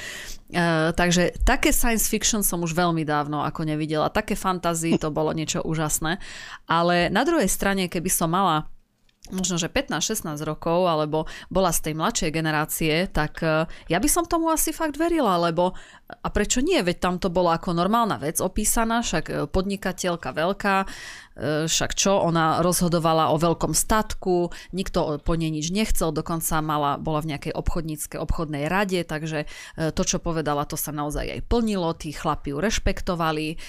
E, takže také science fiction som už veľmi dávno ako nevidela. Také fantasy, to bolo niečo úžasné. Ale na druhej strane, keby som mala možno, že pätnásť šestnásť rokov, alebo bola z tej mladšej generácie, tak ja by som tomu asi fakt verila, lebo a prečo nie? Veď tam to bola ako normálna vec opísaná, však podnikateľka veľká, však čo, ona rozhodovala o veľkom statku, nikto po nej nič nechcel, dokonca mala, bola v nejakej obchodníckej obchodnej rade, takže to, čo povedala, to sa naozaj aj plnilo, tí chlapi ju rešpektovali,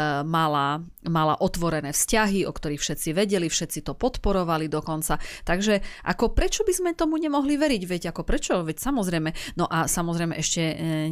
mala, mala otvorené vzťahy, o ktorých všetci vedeli, všetci to podporovali dokonca. Takže ako prečo by sme tomu nemohli veriť? Veď ako prečo? Veď samozrejme, no a samozrejme ešte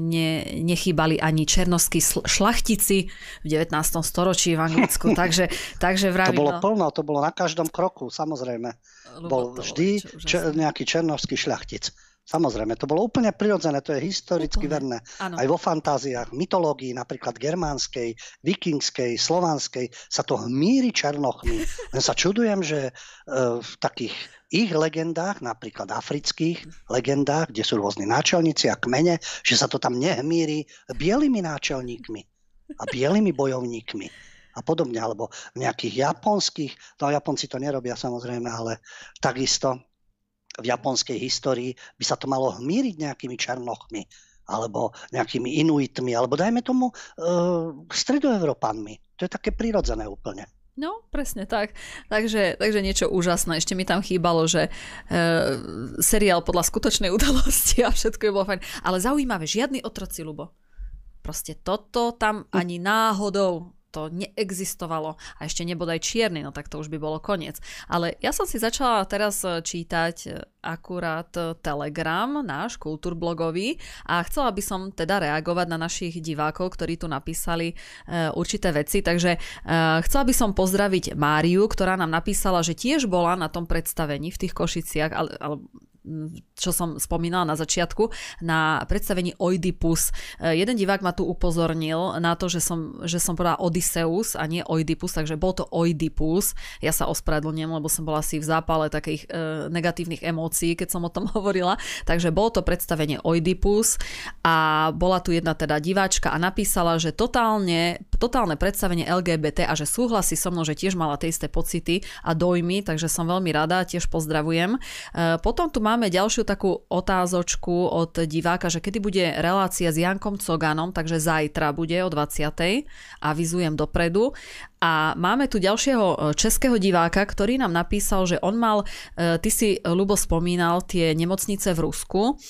ne, nechýbali ani černovskí šlachtici v devätnástom storočí v Anglicku, takže, takže vravím, to bolo no. plno, to bolo na každom kroku, samozrejme. Lebo bol vždy č- nejaký černovský šľachtic. Samozrejme, to bolo úplne prirodzené, to je historicky úplne verné. Áno. Aj vo fantáziách, mytológii, napríklad germánskej, vikingskej, slovanskej, sa to hmíri černochmi. Len sa čudujem, že uh, v takých ich legendách, napríklad afrických legendách, kde sú rôzni náčelníci a kmene, že sa to tam nehmíri bielými náčelníkmi a bielými bojovníkmi a podobne, alebo v nejakých japonských, no Japonci to nerobia samozrejme, ale takisto v japonskej histórii by sa to malo hmíriť nejakými černochmi alebo nejakými inuitmi, alebo dajme tomu e, stredoevropanmi. To je také prirodzené úplne. No, presne tak. Takže, takže niečo úžasné. Ešte mi tam chýbalo, že e, seriál podľa skutočnej udalosti a všetko je bolo fajn. Ale zaujímavé, žiadny otroci, Ľubo. Proste toto tam ani náhodou to neexistovalo. A ešte nebodaj čierny, no tak to už by bolo koniec. Ale ja som si začala teraz čítať akurát Telegram, náš kultúrblogový, a chcela by som teda reagovať na našich divákov, ktorí tu napísali e, určité veci. Takže e, chcela by som pozdraviť Máriu, ktorá nám napísala, že tiež bola na tom predstavení v tých Košiciach, ale, ale čo som spomínala na začiatku, na predstavení Oidipus. Jeden divák ma tu upozornil na to, že som, že som povedala Odysseus a nie Oidipus, takže bol to Oidipus. Ja sa ospravedlňujem, lebo som bola asi v zápale takých e, negatívnych emócií, keď som o tom hovorila. Takže bolo to predstavenie Oidipus a bola tu jedna teda diváčka a napísala, že totálne, totálne predstavenie el gé bé té a že súhlasí so mnou, že tiež mala tie isté pocity a dojmy, takže som veľmi rada, tiež pozdravujem. E, potom tu máme ďalšiu takú otázočku od diváka, že kedy bude relácia s Jankom Coganom, takže zajtra bude o dvadsiatej avizujem dopredu. A máme tu ďalšieho českého diváka, ktorý nám napísal, že on mal, ty si, Ľubo, spomínal tie nemocnice v Rusku.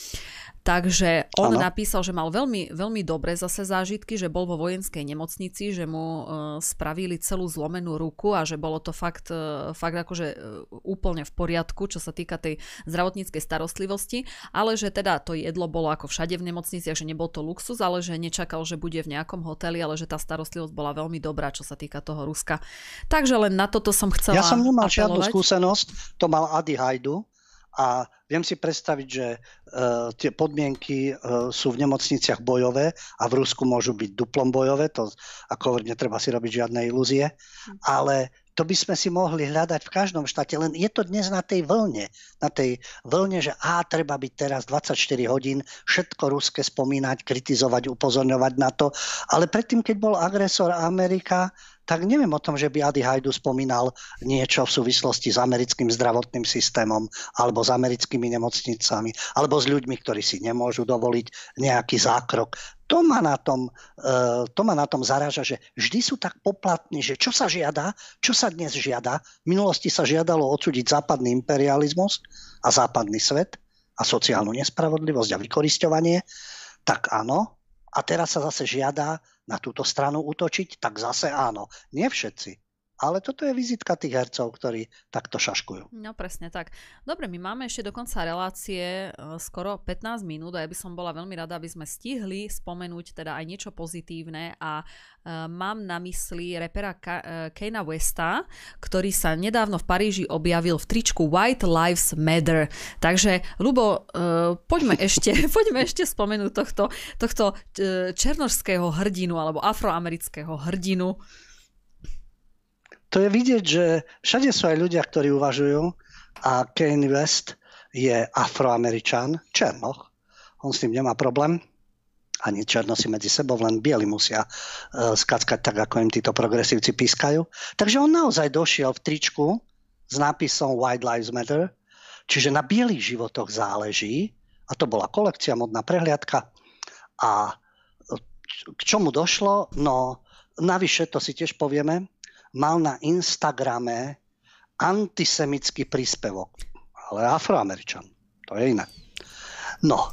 Takže on ano. napísal, že mal veľmi, veľmi dobré zase zážitky, že bol vo vojenskej nemocnici, že mu e, spravili celú zlomenú ruku a že bolo to fakt, e, fakt akože e, úplne v poriadku, čo sa týka tej zdravotníckej starostlivosti, ale že teda to jedlo bolo ako všade v nemocniciach, že nebol to luxus, ale že nečakal, že bude v nejakom hoteli, ale že tá starostlivosť bola veľmi dobrá, čo sa týka toho Ruska. Takže len na toto som chcela Ja som nemal apelovať. žiadnu skúsenosť, to mal Adi Hajdu. A viem si predstaviť, že uh, tie podmienky uh, sú v nemocniciach bojové a v Rusku môžu byť duplom bojové, to ako hovorím, netreba si robiť žiadne ilúzie, ale to by sme si mohli hľadať v každom štáte, len je to dnes na tej vlne, na tej vlne, že á, treba byť teraz dvadsaťštyri hodín, všetko ruské spomínať, kritizovať, upozorňovať na to, ale predtým, keď bol agresor Amerika, tak neviem o tom, že by Adi Hajdu spomínal niečo v súvislosti s americkým zdravotným systémom alebo s americkými nemocnicami alebo s ľuďmi, ktorí si nemôžu dovoliť nejaký zákrok. To ma na tom, uh, to ma na tom zaráža, že vždy sú tak poplatní, že čo sa žiada, čo sa dnes žiada. V minulosti sa žiadalo odsúdiť západný imperializmus a západný svet a sociálnu nespravodlivosť a vykorisťovanie. tak áno. A teraz sa zase žiada na túto stranu útočiť, tak zase áno. Nie všetci. Ale toto je vizitka tých hercov, ktorí takto šaškujú. No presne tak. Dobre, my máme ešte do konca relácie skoro pätnásť minút a ja by som bola veľmi rada, aby sme stihli spomenúť teda aj niečo pozitívne a uh, mám na mysli repera Ka- uh, Kanye Westa, ktorý sa nedávno v Paríži objavil v tričku White Lives Matter. Takže, Ľubo, uh, poďme ešte poďme ešte spomenúť tohto, tohto uh, černošského hrdinu alebo afroamerického hrdinu. To je vidieť, že všade sú aj ľudia, ktorí uvažujú a Kanye West je Afroameričan, Černoch. On s tým nemá problém. Ani Černosi medzi sebou, len bieli musia uh, skackať tak, ako im títo progresívci pískajú. Takže on naozaj došiel v tričku s nápisom White Lives Matter, čiže na bielých životoch záleží. A to bola kolekcia, modná prehliadka. A k čomu došlo? No, navyše, to si tiež povieme, mal na Instagrame antisemický príspevok. Ale Afroameričan. To je iné. No.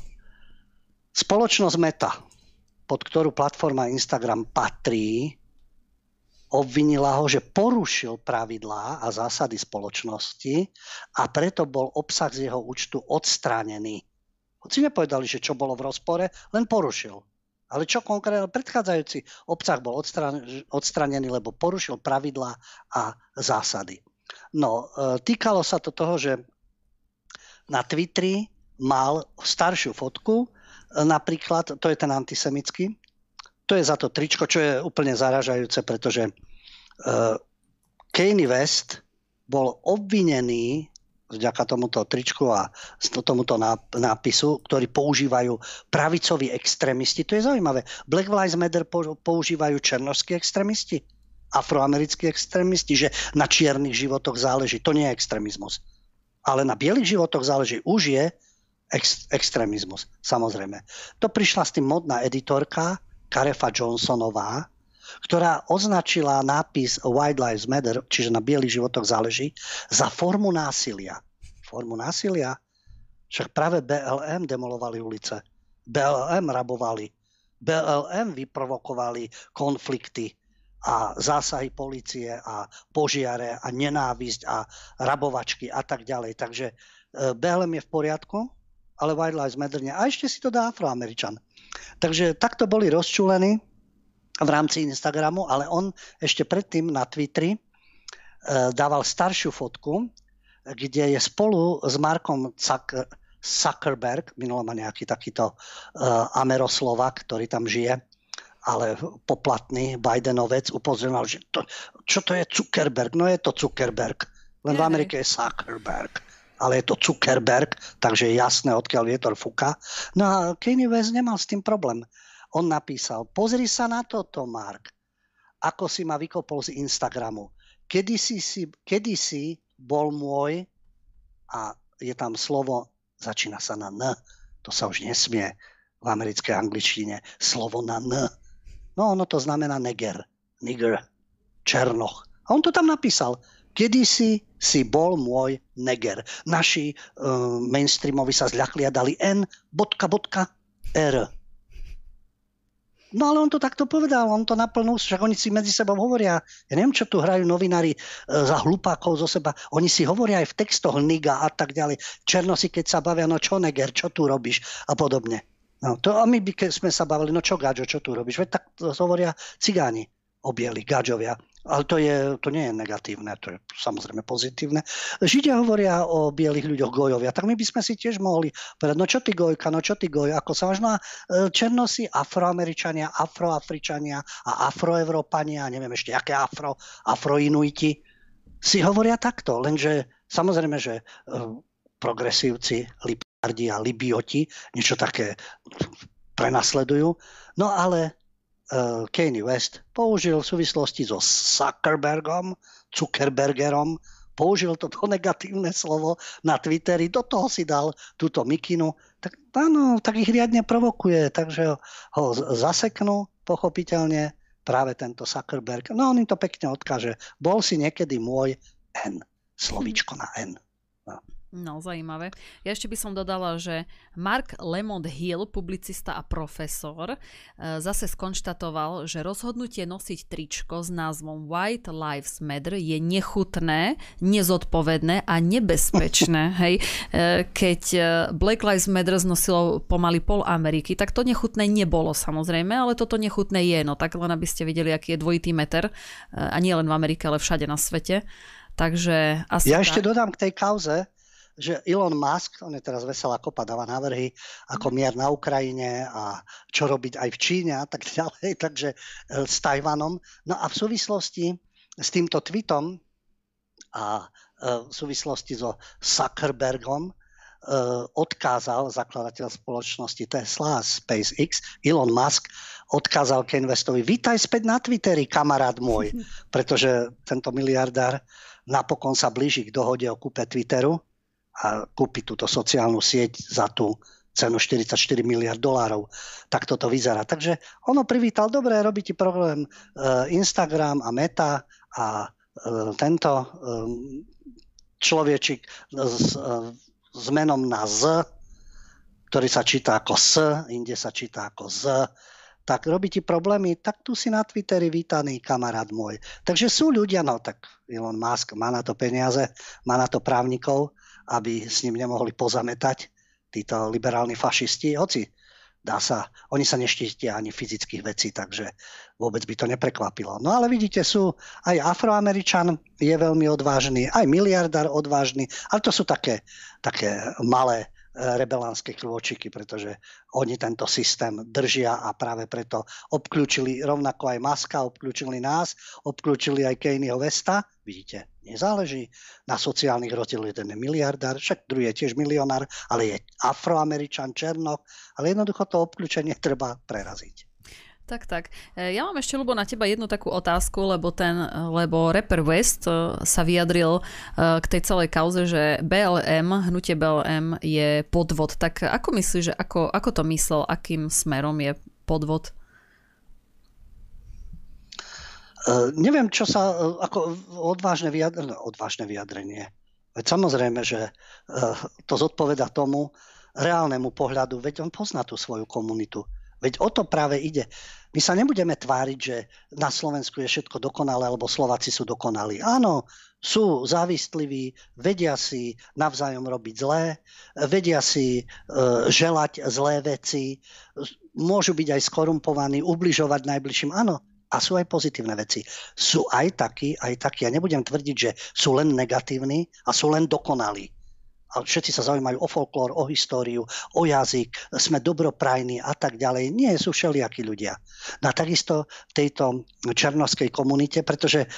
Spoločnosť Meta, pod ktorú platforma Instagram patrí, obvinila ho, že porušil pravidlá a zásady spoločnosti a preto bol obsah z jeho účtu odstránený. Hoci nepovedali, že čo bolo v rozpore, len porušil. Ale čo konkrétne? Predchádzajúci obsah bol odstranený, lebo porušil pravidlá a zásady. No, týkalo sa to toho, že na Twitteri mal staršiu fotku, napríklad, to je ten antisemický, to je za to tričko, čo je úplne zaražajúce, pretože uh, Kanye West bol obvinený vďaka tomuto tričku a tomuto nápisu, ktorý používajú pravicoví extrémisti. To je zaujímavé. Black Lives Matter používajú černošskí extrémisti, afroamerickí extrémisti, že na čiernych životoch záleží. To nie je extrémizmus. Ale na bielých životoch záleží. Už je ex- extrémizmus, samozrejme. To prišla s tým modná editorka Karefa Johnsonová, ktorá označila nápis White Lives Matter, čiže na bielých životoch záleží, za formu násilia. Formu násilia? Však práve bé el em demolovali ulice. bé el em rabovali. bé el em vyprovokovali konflikty a zásahy polície a požiare a nenávisť a rabovačky a tak ďalej. Takže bé el em je v poriadku, ale White Lives Matter nie. A ešte si to dá Afroameričan. Takže takto boli rozčúlení v rámci Instagramu, ale on ešte predtým na Twitteri dával staršiu fotku, kde je spolu s Markom Zuckerberg, minulo má nejaký takýto Ameroslovak, ktorý tam žije, ale poplatný Bidenovec upozorňoval, že to, čo to je Zuckerberg? No je to Zuckerberg, len v Amerike je Zuckerberg, ale je to Zuckerberg, takže je jasné, odkiaľ vietor fúka. No a Kanye West nemal s tým problém. On napísal, pozri sa na toto, Mark, ako si ma vykopol z Instagramu. Kedysi, si, kedysi bol môj, a je tam slovo, začína sa na N, to sa už nesmie v americkej angličtine, slovo na N. No ono to znamená neger, nigger, černoch. A on to tam napísal, kedysi si bol môj neger. Naši uh, mainstreamovi sa zľakli a dali N, bodka, bodka, R. No ale on to takto povedal, on to naplnul, však oni si medzi sebou hovoria, ja neviem, čo tu hrajú novinári e, za hlupákov zo seba, oni si hovoria aj v textoch niga a tak ďalej. Černosi, keď sa bavia, no čo neger, čo tu robíš a podobne. No, to, a my by, keď sme sa bavili, no čo gáďo, čo tu robíš, veď tak to hovoria cigáni o bielých, gáďovia. Ale to, je, to nie je negatívne, to je samozrejme pozitívne. Židia hovoria o bielých ľuďoch gojovia, tak my by sme si tiež mohli povedať, no čo ty gojka, no čo ty goj, ako sa máš. No a černosi, afroameričania, afroafričania a afroevropania, neviem ešte, aké afro, afroinuiti, si hovoria takto, lenže samozrejme, že progresívci, lipardi a libioti niečo také prenasledujú, no ale Uh, Kanye West použil v súvislosti so Zuckerbergom, Zuckerbergerom, použil toto negatívne slovo na Twitteri, do toho si dal túto mikinu, tak áno, tak ich riadne provokuje, takže ho zaseknú pochopiteľne práve tento Zuckerberg. No on im to pekne odkáže, bol si niekedy môj N, slovíčko na N. No. No, zaujímavé. Ja ešte by som dodala, že Mark Lemond Hill, publicista a profesor, zase skonštatoval, že rozhodnutie nosiť tričko s názvom White Lives Matter je nechutné, nezodpovedné a nebezpečné. Hej. Keď Black Lives Matter nosilo pomaly pol Ameriky, tak to nechutné nebolo samozrejme, ale toto nechutné je. No tak len aby ste videli, aký je dvojitý meter. A nie len v Amerike, ale všade na svete. Takže asi ja tak. Ešte dodám k tej kauze, že Elon Musk, on je teraz veselá kopa, dáva návrhy ako mier na Ukrajine a čo robiť aj v Číne a tak ďalej, takže s Tajvanom. No a v súvislosti s týmto tweetom a v súvislosti so Zuckerbergom odkázal zakladateľ spoločnosti Tesla a SpaceX, Elon Musk, odkázal k investovi: vítaj späť na Twitteri, kamarát môj, pretože tento miliardár napokon sa blíži k dohode o kúpe Twitteru a kúpi túto sociálnu sieť za tú cenu štyridsaťštyri miliárd dolárov. Tak toto vyzerá. Takže ono privítal: dobre, robí ti problém Instagram a Meta a tento človečik s, s menom na Z, ktorý sa číta ako S, inde sa číta ako Z, tak robí ti problémy, tak tu si na Twitteri vítaný, kamarát môj. Takže sú ľudia, no tak Elon Musk má na to peniaze, má na to právnikov, aby s ním nemohli pozametať títo liberálni fašisti. Hoci dá sa, oni sa neštítia ani fyzických vecí, takže vôbec by to neprekvapilo. No ale vidíte, sú aj Afroameričan je veľmi odvážny, aj miliardár odvážny, ale to sú také, také malé rebelánske krôčiky, pretože oni tento systém držia a práve preto obklúčili rovnako aj Muska, obklúčili nás, obklúčili aj Kanyeho Westa. Vidíte, nezáleží na sociálnych rozdieloch. Jeden je miliardár, však druhý je tiež milionár, ale je Afroameričan, černok, ale jednoducho to obklúčenie treba preraziť. Tak, tak. Ja mám ešte, Ľubo, na teba jednu takú otázku, lebo ten, lebo rapper West sa vyjadril k tej celej kauze, že bé el em, hnutie bé el em je podvod. Tak ako myslíš, že ako, ako to myslel, akým smerom je podvod? Uh, neviem, čo sa, uh, ako odvážne vyjadrenie, odvážne vyjadrenie. Veď samozrejme, že uh, to zodpoveda tomu reálnemu pohľadu, veď on pozná tú svoju komunitu. Veď o to práve ide. My sa nebudeme tváriť, že na Slovensku je všetko dokonalé, alebo Slováci sú dokonalí. Áno, sú závisliví, vedia si navzájom robiť zlé, vedia si e, želať zlé veci, môžu byť aj skorumpovaní, ubližovať najbližším. Áno, a sú aj pozitívne veci. Sú aj takí, aj takí. Ja nebudem tvrdiť, že sú len negatívni a sú len dokonalí. A všetci sa zaujímajú o folklór, o históriu, o jazyk, sme dobroprajní a tak ďalej. Nie, sú všelijakí ľudia. No a takisto v tejto černovskej komunite, pretože e,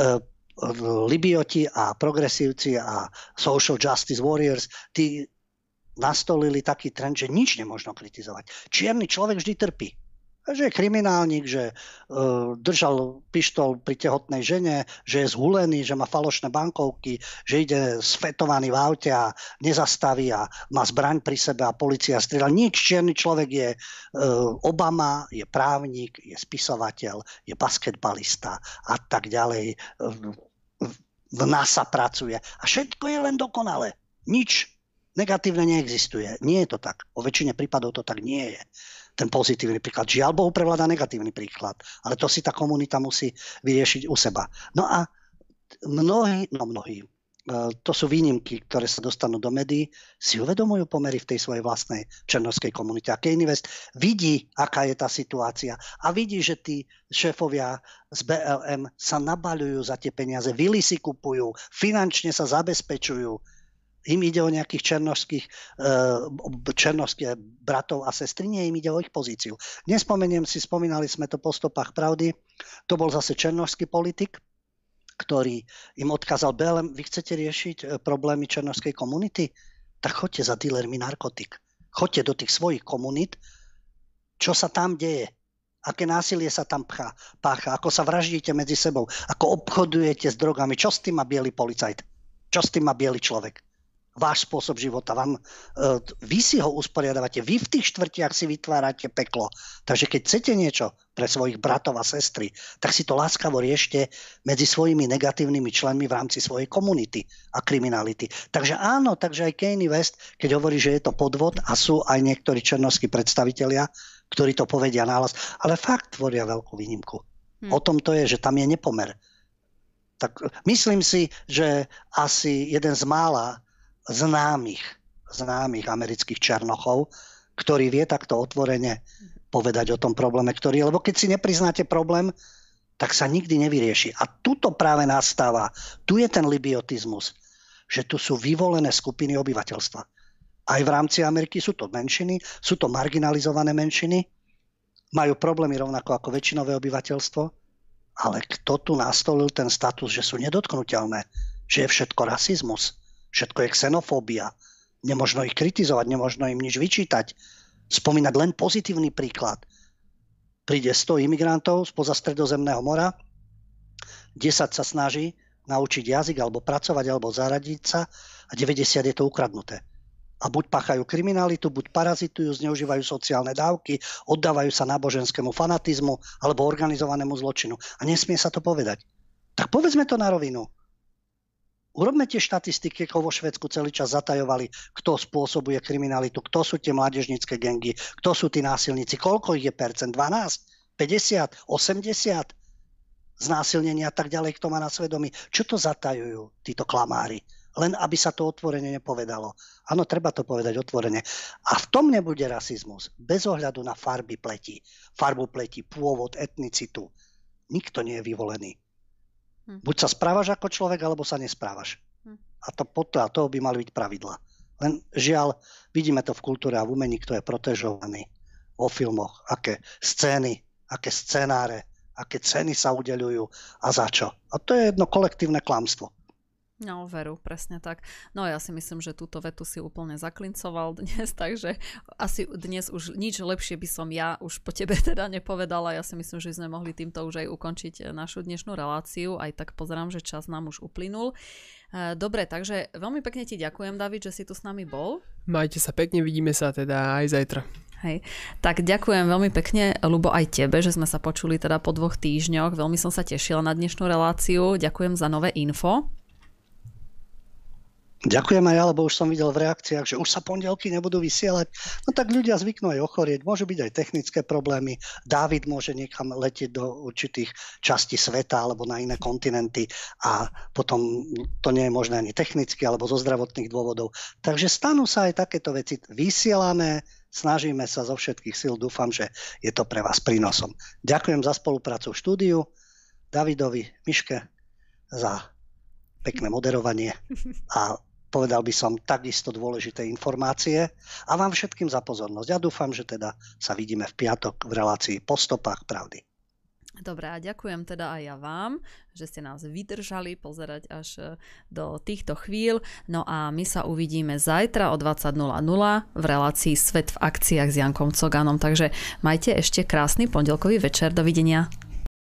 Libioti a progresívci a social justice warriors, tí nastolili taký trend, že nič nemožno kritizovať. Čierny človek vždy trpí. Že je kriminálnik, že uh, držal pištol pri tehotnej žene, že je zhulený, že má falošné bankovky, že ide sfetovaný v aute a nezastaví a má zbraň pri sebe a polícia strieľa. Nič, čierny človek je uh, Obama, je právnik, je spisovateľ, je basketbalista a tak ďalej. Uh, v NASA pracuje. A všetko je len dokonalé. Nič negatívne neexistuje. Nie je to tak. O väčšine prípadov to tak nie je. Ten pozitívny príklad. Žiaľ Bohu, prevláda negatívny príklad. Ale to si tá komunita musí vyriešiť u seba. No a mnohí, no mnohí, to sú výnimky, ktoré sa dostanú do médií, si uvedomujú pomery v tej svojej vlastnej černovskej komunite. A Kanye West vidí, aká je tá situácia a vidí, že tí šéfovia z bé el em sa nabaľujú za tie peniaze, vily si kupujú, finančne sa zabezpečujú. Im ide o nejakých černovských, černovských bratov a sestry, nie, im ide o ich pozíciu. Nespomeniem si, spomínali sme to po stopách pravdy, to bol zase černovský politik, ktorý im odkázal bé el em, vy chcete riešiť problémy černovskej komunity? Tak choďte za dílermi narkotik. Choďte do tých svojich komunít, čo sa tam deje. Aké násilie sa tam pchá, pácha, ako sa vraždíte medzi sebou, ako obchodujete s drogami, čo s tým má biely policajt, čo s tým má biely človek. váš spôsob života. Vám, vy si ho usporiadavate, vy v tých štvrtiach si vytvárate peklo. Takže keď chcete niečo pre svojich bratov a sestry, tak si to láskavo riešte medzi svojimi negatívnymi členmi v rámci svojej komunity a kriminality. Takže áno, takže aj Kanye West, keď hovorí, že je to podvod a sú aj niektorí černovskí predstavitelia, ktorí to povedia nahlas, ale fakt tvoria veľkú výnimku. Hm. O tom to je, že tam je nepomer. Tak myslím si, že asi jeden z mála známych, známych amerických černochov, ktorý vie takto otvorene povedať o tom probléme, ktorý, lebo keď si nepriznáte problém, tak sa nikdy nevyrieši. A tuto práve nastáva, tu je ten libiotizmus, že tu sú vyvolené skupiny obyvateľstva. Aj v rámci Ameriky sú to menšiny, sú to marginalizované menšiny, majú problémy rovnako ako väčšinové obyvateľstvo, ale kto tu nastolil ten status, že sú nedotknuteľné, že je všetko rasizmus, všetko je xenofóbia. Nemožno ich kritizovať, nemožno im nič vyčítať. Spomínať len pozitívny príklad. Príde sto imigrantov spoza Stredozemného mora, desať sa snaží naučiť jazyk, alebo pracovať, alebo zaradiť sa a deväťdesiat je to ukradnuté. A buď páchajú kriminalitu, buď parazitujú, zneužívajú sociálne dávky, oddávajú sa náboženskému fanatizmu alebo organizovanému zločinu. A nesmie sa to povedať. Tak povedzme to na rovinu. Urobme tie štatistiky, ako vo Švédsku celý čas zatajovali, kto spôsobuje kriminalitu, kto sú tie mládežnícke gangy, kto sú tí násilníci, koľko ich je percent, dvanásť, päťdesiat, osemdesiat znásilnenia a tak ďalej, kto má na svedomí. Čo to zatajujú títo klamári? Len aby sa to otvorene nepovedalo. Áno, treba to povedať otvorene. A v tom nebude rasizmus, bez ohľadu na farby pleti, farbu pleti, pôvod, etnicitu. Nikto nie je vyvolený. Hm. Buď sa správaš ako človek, alebo sa nesprávaš. Hm. A to, a to by mali byť pravidlá. Len žiaľ, vidíme to v kultúre a v umení, kto je protežovaný vo filmoch, aké scény, aké scenáre, aké ceny sa udeľujú a za čo. A to je jedno kolektívne klamstvo. No, veru, presne tak. No ja si myslím, že túto vetu si úplne zaklincoval dnes, takže asi dnes už nič lepšie by som ja už po tebe teda nepovedala. Ja si myslím, že sme mohli týmto už aj ukončiť našu dnešnú reláciu. Aj tak pozerám, že čas nám už uplynul. Dobre, takže veľmi pekne ti ďakujem, David, že si tu s nami bol. Majte sa pekne, vidíme sa teda aj zajtra. Hej. Tak ďakujem veľmi pekne, Ľubo, aj tebe, že sme sa počuli teda po dvoch týždňoch. Veľmi som sa tešila na dnešnú reláciu. Ďakujem za nové info. Ďakujem aj ja, lebo už som videl v reakciách, že už sa pondelky nebudú vysielať. No tak ľudia zvyknú aj ochorieť, môžu byť aj technické problémy. Dávid môže niekam letieť do určitých častí sveta alebo na iné kontinenty a potom to nie je možné ani technicky alebo zo zdravotných dôvodov. Takže stanú sa aj takéto veci. Vysielame, snažíme sa zo všetkých síl, dúfam, že je to pre vás prínosom. Ďakujem za spoluprácu v štúdiu, Davidovi, Miške za pekné moderovanie a povedal by som takisto dôležité informácie a vám všetkým za pozornosť. Ja dúfam, že teda sa vidíme v piatok v relácii Po stopách pravdy. Dobre, a ďakujem teda aj ja vám, že ste nás vydržali pozerať až do týchto chvíľ. No a my sa uvidíme zajtra o dvadsať nula nula v relácii Svet v akciách s Jankom Coganom. Takže majte ešte krásny pondelkový večer. Dovidenia.